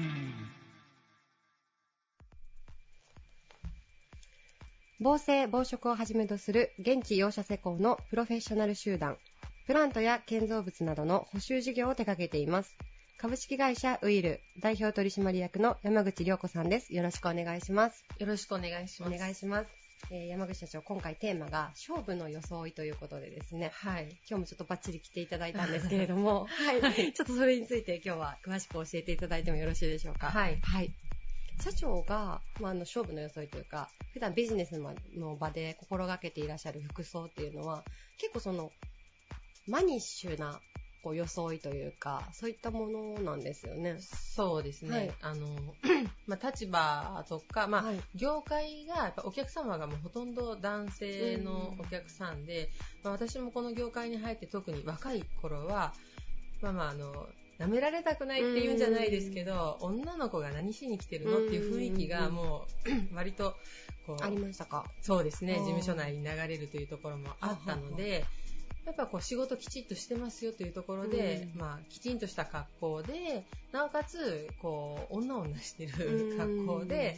防災防食をはじめとする現地養殖施工のプロフェッショナル集団、プラントや建造物などの補修事業を手掛けています。株式会社ウイル代表取締役の山口良子さんです。よろしくお願いします。 よろしくお願いします。 お願いします。山口社長、今回テーマが勝負の装いということでですね、今日もちょっとバッチリ来ていただいたんですけれども、ちょっとそれについて今日は詳しく教えていただいてもよろしいでしょうか。社長が、勝負の装いというか、普段ビジネスの場で心がけていらっしゃる服装っていうのは、結構マニッシュな装いというか、そういったものなんですよね。 そうですね。立場とか、業界が、やっぱお客様がもうほとんど男性のお客さんで、私もこの業界に入って特に若い頃は、舐められたくないっていうんじゃないですけど、女の子が何しに来てるのっていう雰囲気がもう割とありましたか。 そうですね、事務所内に流れるというところもあったので、やっぱ仕事きちっとしてますよというところで、きちんとした格好で、なおかつ女してる格好で、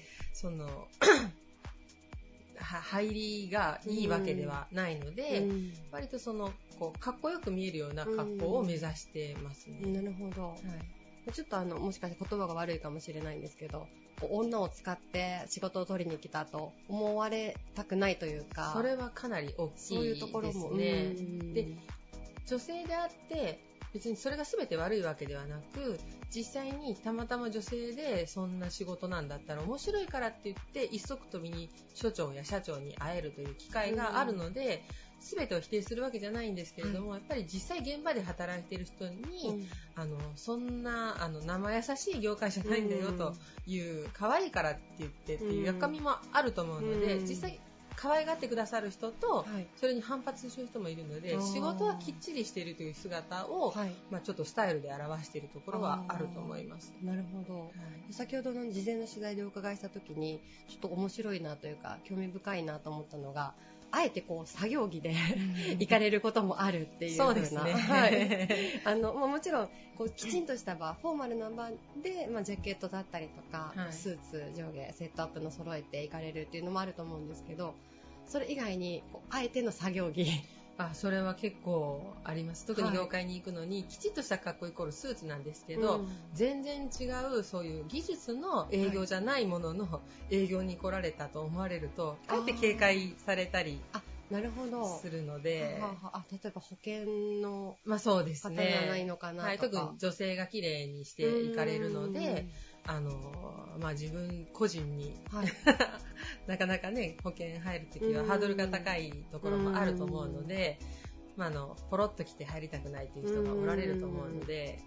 入りがいいわけではないので、割とかっこよく見えるような格好を目指してますね。 なるほど。ちょっともしかして言葉が悪いかもしれないんですけど、女を使って仕事を取りに来たと思われたくないというか、 それはかなり大きいですね。そういうところもで、女性であって別にそれが全て悪いわけではなく、実際にたまたま女性でそんな仕事なんだったら面白いからって言って一足飛びに所長や社長に会えるという機会があるので、全てを否定するわけじゃないんですけれども、やっぱり実際現場で働いている人に、そんな生優しい業界じゃないんだよという、可愛いからって言ってっていうやっかみもあると思うので、実際可愛がってくださる人と、それに反発する人もいるので、仕事はきっちりしているという姿を、ちょっとスタイルで表しているところはあると思います。 なるほど。先ほどの事前の取材でお伺いしたときに、ちょっと面白いなというか興味深いなと思ったのが、あえて作業着で行かれることもあるっていう風な。そうですね。もちろんきちんとした場、フォーマルな場で、ジャケットだったりとか、スーツ上下セットアップの揃えて行かれるっていうのもあると思うんですけど、それ以外にあえての作業着。 それは結構あります。特に業界に行くのに、きちっとした格好イコールスーツなんですけど、全然違うそういう技術の営業じゃないものの営業に来られたと思われると、かえって警戒されたりするので、 例えば保険のそうですね、 方じゃないのかなとか、 特に女性が綺麗にして行かれるので、自分個人に、なかなかね、保険入るときはハードルが高いところもあると思うので、ポロッと来て入りたくないという人がおられると思うので、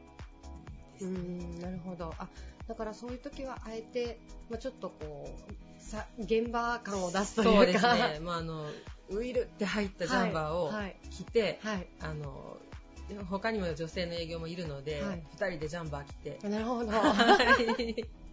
なるほど。だからそういう時はあえて、ちょっと現場感を出すというか、 そうですね。ウイルって入ったジャンバーを着て、他にも女性の営業もいるので、2人でジャンバー着て。 なるほど。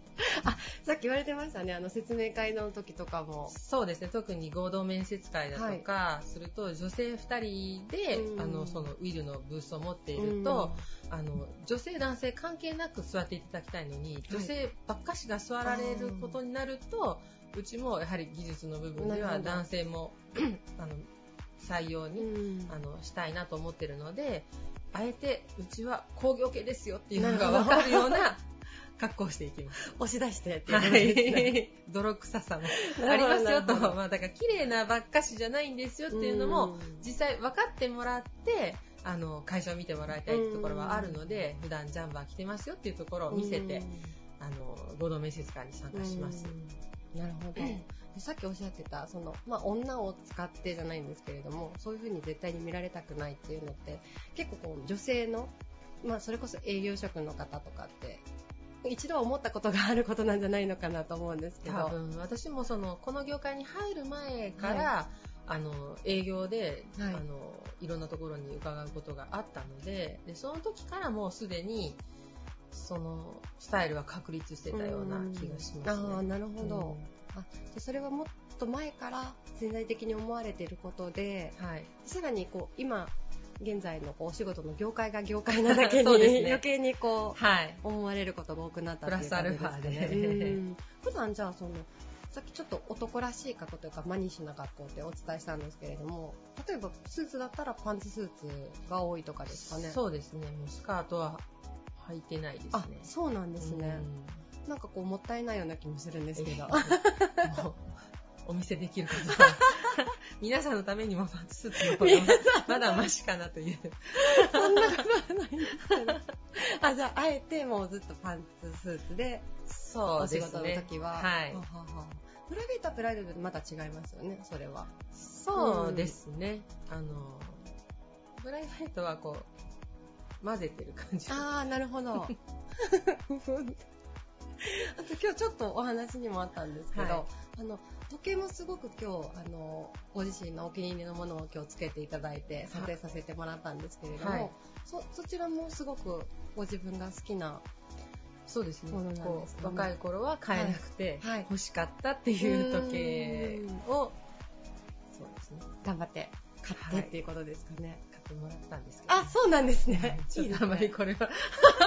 さっき言われてましたね、説明会の時とかも。 そうですね、特に合同面接会だとかすると、女性2人で、そのウィルのブースを持っていると、女性男性関係なく座っていただきたいのに、女性ばっかしが座られることになると、うちもやはり技術の部分では男性も採用に、したいなと思っているので、あえてうちは工業系ですよっていうのが分かるような格好をしていきます。 押し出してっていうことですね。 泥臭さもありますよと、だから綺麗なばっかしじゃないんですよっていうのも実際分かってもらって、会社を見てもらいたいっていうところはあるので、普段ジャンバー着てますよっていうところを見せて、合同面接会に参加します。 なるほど。さっきおっしゃってた女を使ってじゃないんですけれども、そういう風に絶対に見られたくないっていうのって結構女性の、それこそ営業職の方とかって一度は思ったことがあることなんじゃないのかなと思うんですけど、 多分私もこの業界に入る前から、営業で、いろんなところに伺うことがあったので、その時からもうすでにそのスタイルは確立してたような気がしますね。 なるほど。それはもっと前から潜在的に思われていることで、さらに今現在のお仕事の業界が業界なだけに余計に思われることが多くなったっていう感じですかね。プラスアルファで。普段じゃあさっきちょっと男らしい格好というかマニッシュな格好ってお伝えしたんですけれども、例えばスーツだったらパンツスーツが多いとかですかね。 そうですね。もうスカートは履いてないですね。 そうなんですね。なんかもったいないような気もするんですけど。 お見せできることは皆さんのためにもパンツスーツの方がまだマシかなという。 そんなことはないんですけど。じゃああえてもうずっとパンツスーツでお仕事の時は。プライベートはプライベートでまた違いますよね、それは。 そうですね。プライベートは混ぜてる感じ。 なるほど。あと今日ちょっとお話にもあったんですけど、時計もすごく今日ご自身のお気に入りのものを今日つけていただいて撮影させてもらったんですけれども、そちらもすごくご自分が好きな。 そうですね。若い頃は買えなくて欲しかったっていう時計を、そうですね。 頑張って買ってっていうことですかね。 買ってもらったんですけど。 そうなんですね。 ちょっとあまりこれは。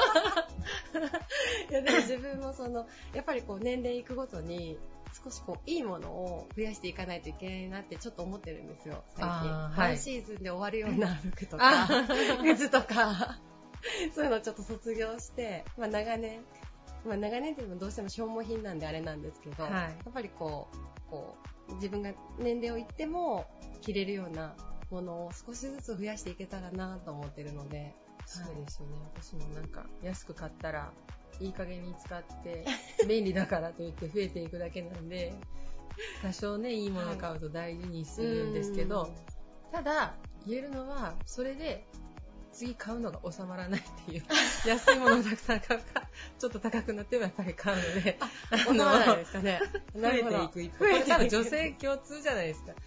いやでも自分もやっぱり年齢いくごとに少しいいものを増やしていかないといけないなってちょっと思ってるんですよ、最近。ワンシーズンで終わるような服とか靴とかそういうのをちょっと卒業して、長年っていうのもどうしても消耗品なんであれなんですけど、やっぱり自分が年齢をいっても着れるようなものを少しずつ増やしていけたらなと思ってるので。 そうですよね。私も安く買ったらいい加減に使って便利だからといって増えていくだけなんで、多少ねいいものを買うと大事にするんですけど、ただ言えるのはそれで次買うのが収まらないっていう安いものをたくさん買うかちょっと高くなってもやっぱり買うので収まらないですかね。 増えていく一方、これ多分女性共通じゃないですか。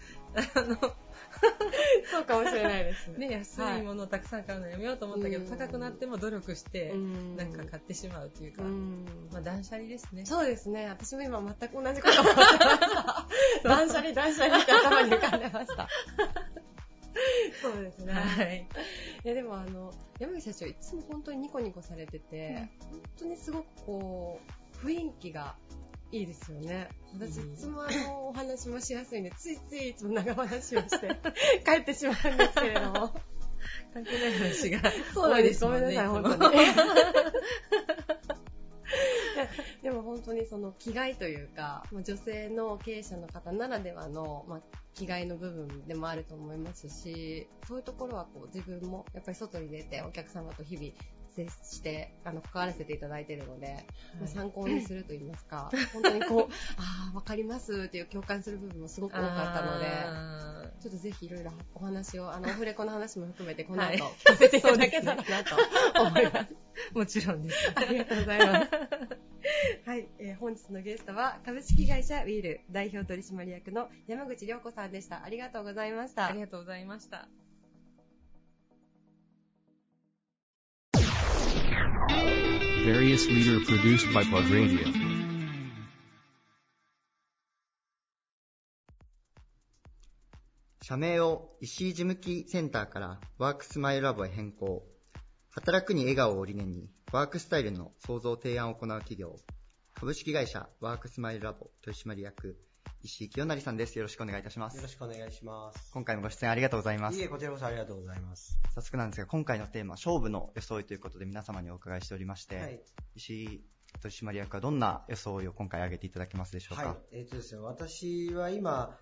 そうかもしれないですね。安いものをたくさん買うのやめようと思ったけど、高くなっても努力して買ってしまうというか、断捨離ですね。 そうですね。私も今全く同じこと思ってました。断捨離って頭に浮かんでました。そうですね。いやでも山口社長いつも本当にニコニコされてて、本当にすごく雰囲気がいいですよね。私いつもお話もしやすいんで、ついついいつも長話をして帰ってしまうんですけれども。 関係ない話が多いですもんね。ごめんなさい、本当に。でも本当に気概というか、女性の経営者の方ならではの、気概の部分でもあると思いますし、そういうところは自分もやっぱり外に出てお客様と日々接して関わらせていただいているので、参考にすると言いますか、本当にわかりますっていう共感する部分もすごく多かったので、ちょっとぜひいろいろお話をオフレコの話も含めてこの後聞かせていただけたらなと思います。 もちろんです。 ありがとうございます。はい、本日のゲストは株式会社ウィール代表取締役の山口涼子さんでした。ありがとうございました。 ありがとうございました。 Various leader produced by Plug Radio. 社名を石井事務機センターからワークスマイルラボへ変更。働くに笑顔を理念にワークスタイルの創造提案を行う企業、株式会社ワークスマイルラボ取締役石井清成さんです。よろしくお願いいたします。 よろしくお願いします。 今回もご出演ありがとうございます。 いえ、こちらこそありがとうございます。 早速なんですが、今回のテーマ、勝負の装いということで皆様にお伺いしておりまして、はい、石井取締役はどんな装いを今回挙げていただけますでしょうか。はい、 ですね、私は今、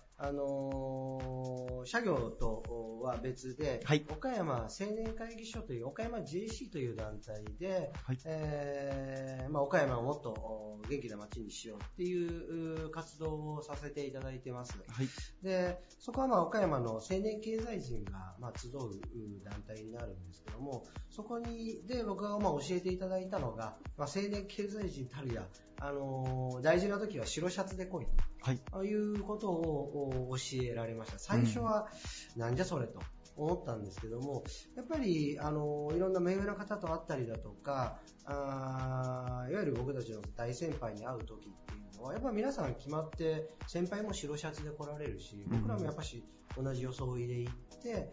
社業とは別で、はい、岡山青年会議所という岡山 JC という団体で、はい、岡山をもっと元気な街にしようっていう活動をさせていただいてます。はい、で、そこは岡山の青年経済人が集う団体になるんですけども、そこで僕が教えていただいたのが、青年経済人たるや大事な時は白シャツで来いと、いうことを教えられました。最初は、なんじゃそれと思ったんですけども、やっぱりいろんな目上の方と会ったりだとか、いわゆる僕たちの大先輩に会う時っていうのは、やっぱり皆さん決まって先輩も白シャツで来られるし、僕らもやっぱし同じ装いで行って、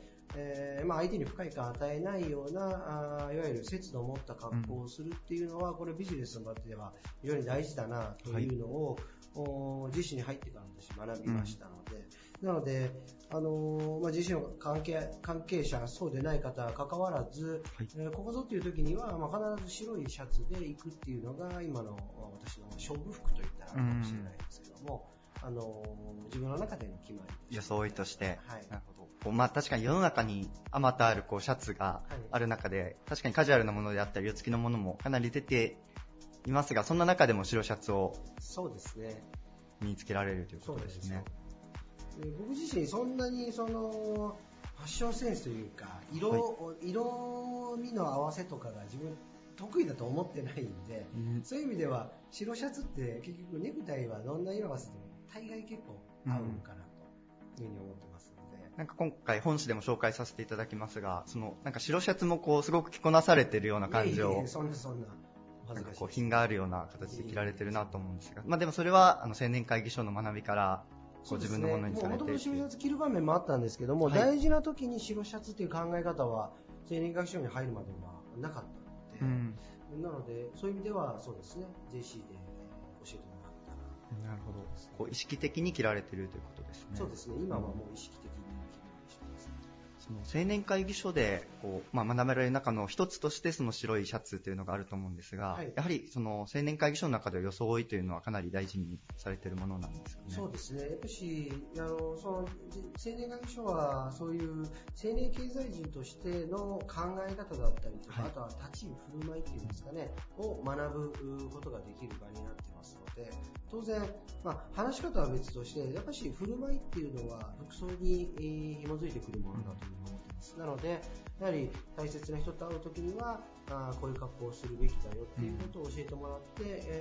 相手に不快感を与えないような、いわゆる節度を持った格好をするっていうのは、これビジネスの場では非常に大事だなというのを、自身に入ってから私学びましたので、なので、自身の関係者、そうでない方は関わらず、ここぞという時には、必ず白いシャツで行くっていうのが、今の私の勝負服といったらあるかもしれないですけども、自分の中での決まりです。 装いとして。はい。なるほど。確かに世の中にあまたあるシャツがある中で、確かにカジュアルなものであったり、色付きのものもかなり出ていますが、そんな中でも白シャツを身につけられるということですね。 で僕自身そんなにファッションセンスというか色味の合わせとかが自分得意だと思ってないんで、そういう意味では白シャツって結局ネクタイはどんな色合わせでも大概結構合うかなというふうに思ってますので、 なんか今回本誌でも紹介させていただきますが、なんか白シャツもすごく着こなされてるような感じを、 そんななんか品があるような形で着られてるなと思うんですが、でもそれは青年会議所の学びから自分のものにされていて、 もともと白シャツ着る場面もあったんですけども、大事な時に白シャツという考え方は青年会議所に入るまではなかったので、なのでそういう意味ではそうですね、 JC で教えてもらったら。 なるほど。意識的に着られているということですね。 そうですね、今はもう意識的に着るようにしてます。 青年会議所で学べられる中の一つとしてその白いシャツというのがあると思うんですが、やはり青年会議所の中で装いというのはかなり大事にされているものなんですかね。 そうですね、やっぱし青年会議所はそういう青年経済人としての考え方だったりとか、あとは立ち居振る舞いっていうんですかね、を学ぶことができる場になってますので、当然、話し方は別としてやっぱし振る舞いっていうのは服装に紐づいてくるものだという思ってます。なのでやはり大切な人と会うときにはこういう格好をするべきだよっていうことを教えてもらって、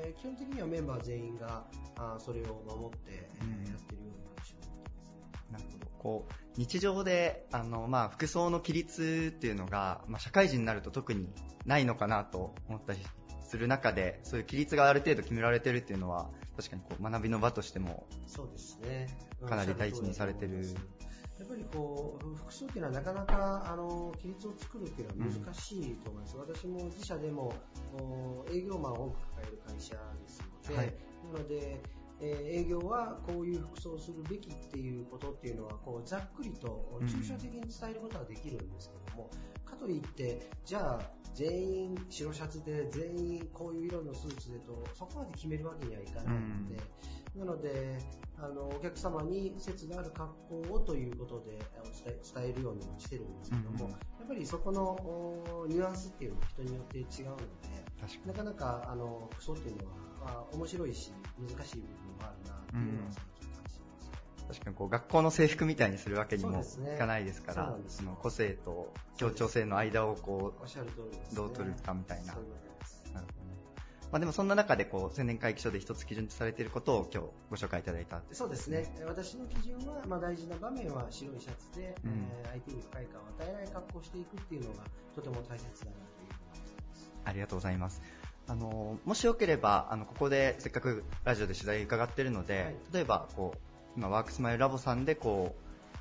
基本的にはメンバー全員がそれを守って、やってるように私は思ってます。 なるほど。日常で服装の規律っていうのが、社会人になると特にないのかなと思ったりする中で、そういう規律がある程度決められてるっていうのは確かに学びの場としてもそうですね、 かなり大事にされてる。 やっぱり服装っていうのはなかなか規律を作るっていうのは難しいと思います。私も自社でも営業マンを多く抱える会社ですので、なので営業はこういう服装をするべきっていうことっていうのはざっくりと抽象的に伝えることはできるんですけども、かといってじゃあ全員白シャツで全員こういう色のスーツでとそこまで決めるわけにはいかないので、なのでお客様に節がある格好をということで伝えるようにしてるんですけども、やっぱりそこのニュアンスっていうのは人によって違うので、なかなか服装っていうのは面白いし難しい部分もあるなっていうのは最近感じます。 確かに学校の制服みたいにするわけにもいかないですから、その個性と協調性の間をどう取るかみたいな。でもそんな中で青年会議所で一つ基準とされていることを今日ご紹介いただいた。 そうですね、私の基準は、大事な場面は白いシャツで、相手に不快感を与えない格好をしていくっていうのがとても大切だなというふうに思っています。 ありがとうございます。もしよければここでせっかくラジオで取材伺っているので、例えば今ワークスマイルラボさんで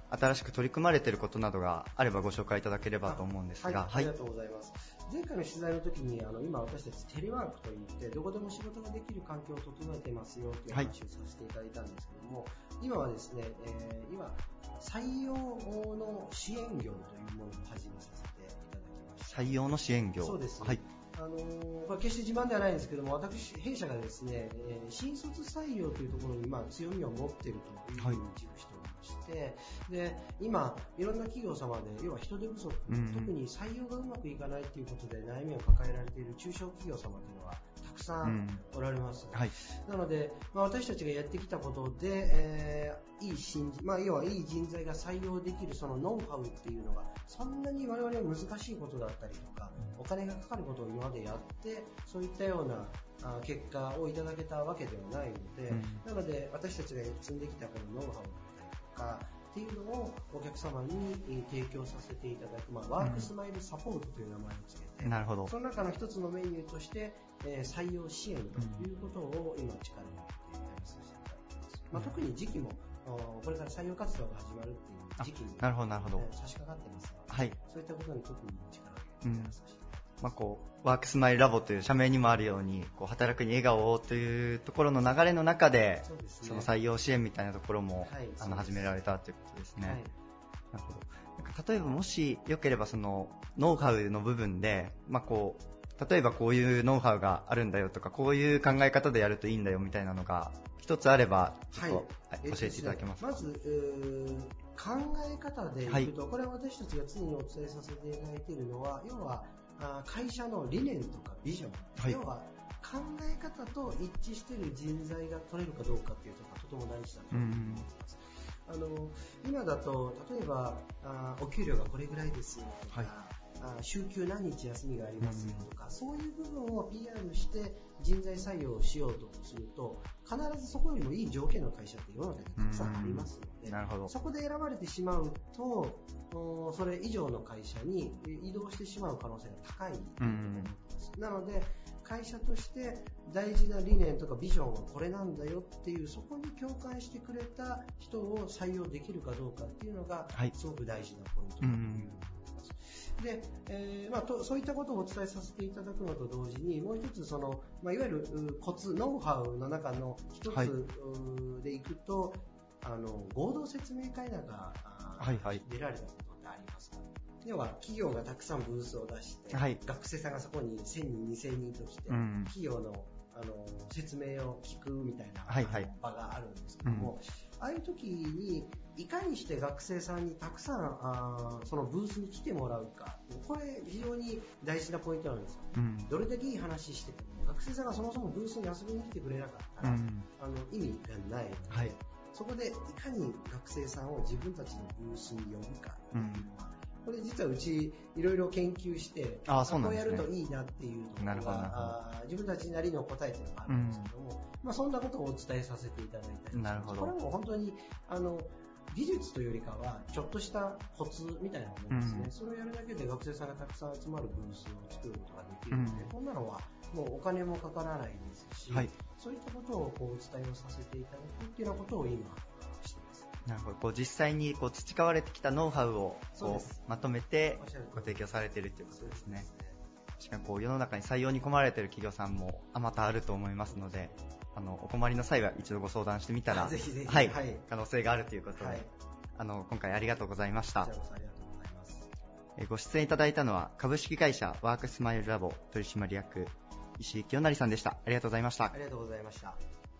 新しく取り組まれていることなどがあればご紹介いただければと思うんですが。 ありがとうございます。前回の取材の時に今私たちテレワークといってどこでも仕事ができる環境を整えてますよという話をさせていただいたんですけども、今はですね、今採用の支援業というものを始めさせていただきました。 採用の支援業。 そうですね。決して自慢ではないんですけども、私弊社がですね、新卒採用というところに強みを持っているというふうに自負しておりまして、で今いろんな企業様で要は人手不足、特に採用がうまくいかないということで悩みを抱えられている中小企業様というのはたくさんおられます。なので、私たちがやってきたことで、要はいい人材が採用できるそのノウハウっていうのがそんなに我々は難しいことだったりとかお金がかかることを今までやってそういったような結果をいただけたわけではないので、なので私たちが積んできたこのノウハウだったりとかっていうのをお客様に提供させていただく、ワークスマイルサポートという名前をつけて、 なるほど。 その中の一つのメニューとして、採用支援ということを今力を入れてやらさせていただいています。特に時期もこれから採用活動が始まるっていう時期に差し掛かってますので、そういったことに特に力を入れてやらさせていただいてワークスマイルラボという社名にもあるように働くに笑顔をというところの流れの中で、その採用支援みたいなところも、始められたということですね。なるほど。例えばもしよければそのノウハウの部分で、例えばこういうノウハウがあるんだよとかこういう考え方でやるといいんだよみたいなのが一つあればちょっと教えていただけますか。 まず考え方でいくと、これは私たちが常にお伝えさせていただいているのは、要は会社の理念とかビジョン、要は考え方と一致している人材が取れるかどうかっていうのがとても大事だと思います。今だと例えばお給料がこれぐらいですよとか、週休何日休みがありますよとか、そういう部分を PR して人材採用をしようとすると必ずそこよりもいい条件の会社って世の中にたくさんありますので、そこで選ばれてしまうとそれ以上の会社に移動してしまう可能性が高いと思います。なので会社として大事な理念とかビジョンはこれなんだよっていう、そこに共感してくれた人を採用できるかどうかっていうのがすごく大事なポイントだというふうに思います。で、そういったことをお伝えさせていただくのと同時に、もう一ついわゆるコツ、ノウハウの中の一つでいくと、合同説明会なんか出られたことってありますか？要は企業がたくさんブースを出して、学生さんがそこに1000人、2000人と来て、企業の説明を聞くみたいな場があるんですけども、ああいう時にいかにして学生さんにたくさんそのブースに来てもらうか、これ非常に大事なポイントなんですよ。どれだけいい話してても学生さんがそもそもブースに遊びに来てくれなかったら、意味がないので、そこでいかに学生さんを自分たちのブースに呼ぶかっていうのは、これ実はうちいろいろ研究して、こうやるといいなっていうのが自分たちなりの答えっていうのがあるんですけども、そんなことをお伝えさせていただいたり、これも本当に技術というよりかはちょっとしたコツみたいなものですね。それをやるだけで学生さんがたくさん集まるブースを作ることができるので、こんなのはもうお金もかからないですし、そういったことをお伝えをさせていただくっていうようなことを今しています。 なるほど。実際に培われてきたノウハウをまとめてご提供されているということですね。確かに世の中に採用に困られている企業さんもあまたあると思いますので、お困りの際は一度ご相談してみたらぜひぜひ、 可能性があるということで、今回ありがとうございました。ご出演いただいたのは株式会社ワークスマイルラボ取締役石井清成さんでした。ありがとうございました。 ありがとうございました。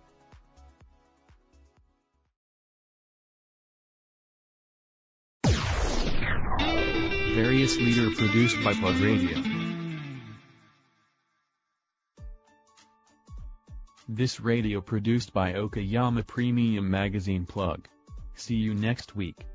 Various leader produced by Plug Radio. This radio produced by Okayama Premium Magazine Plug. See you next week.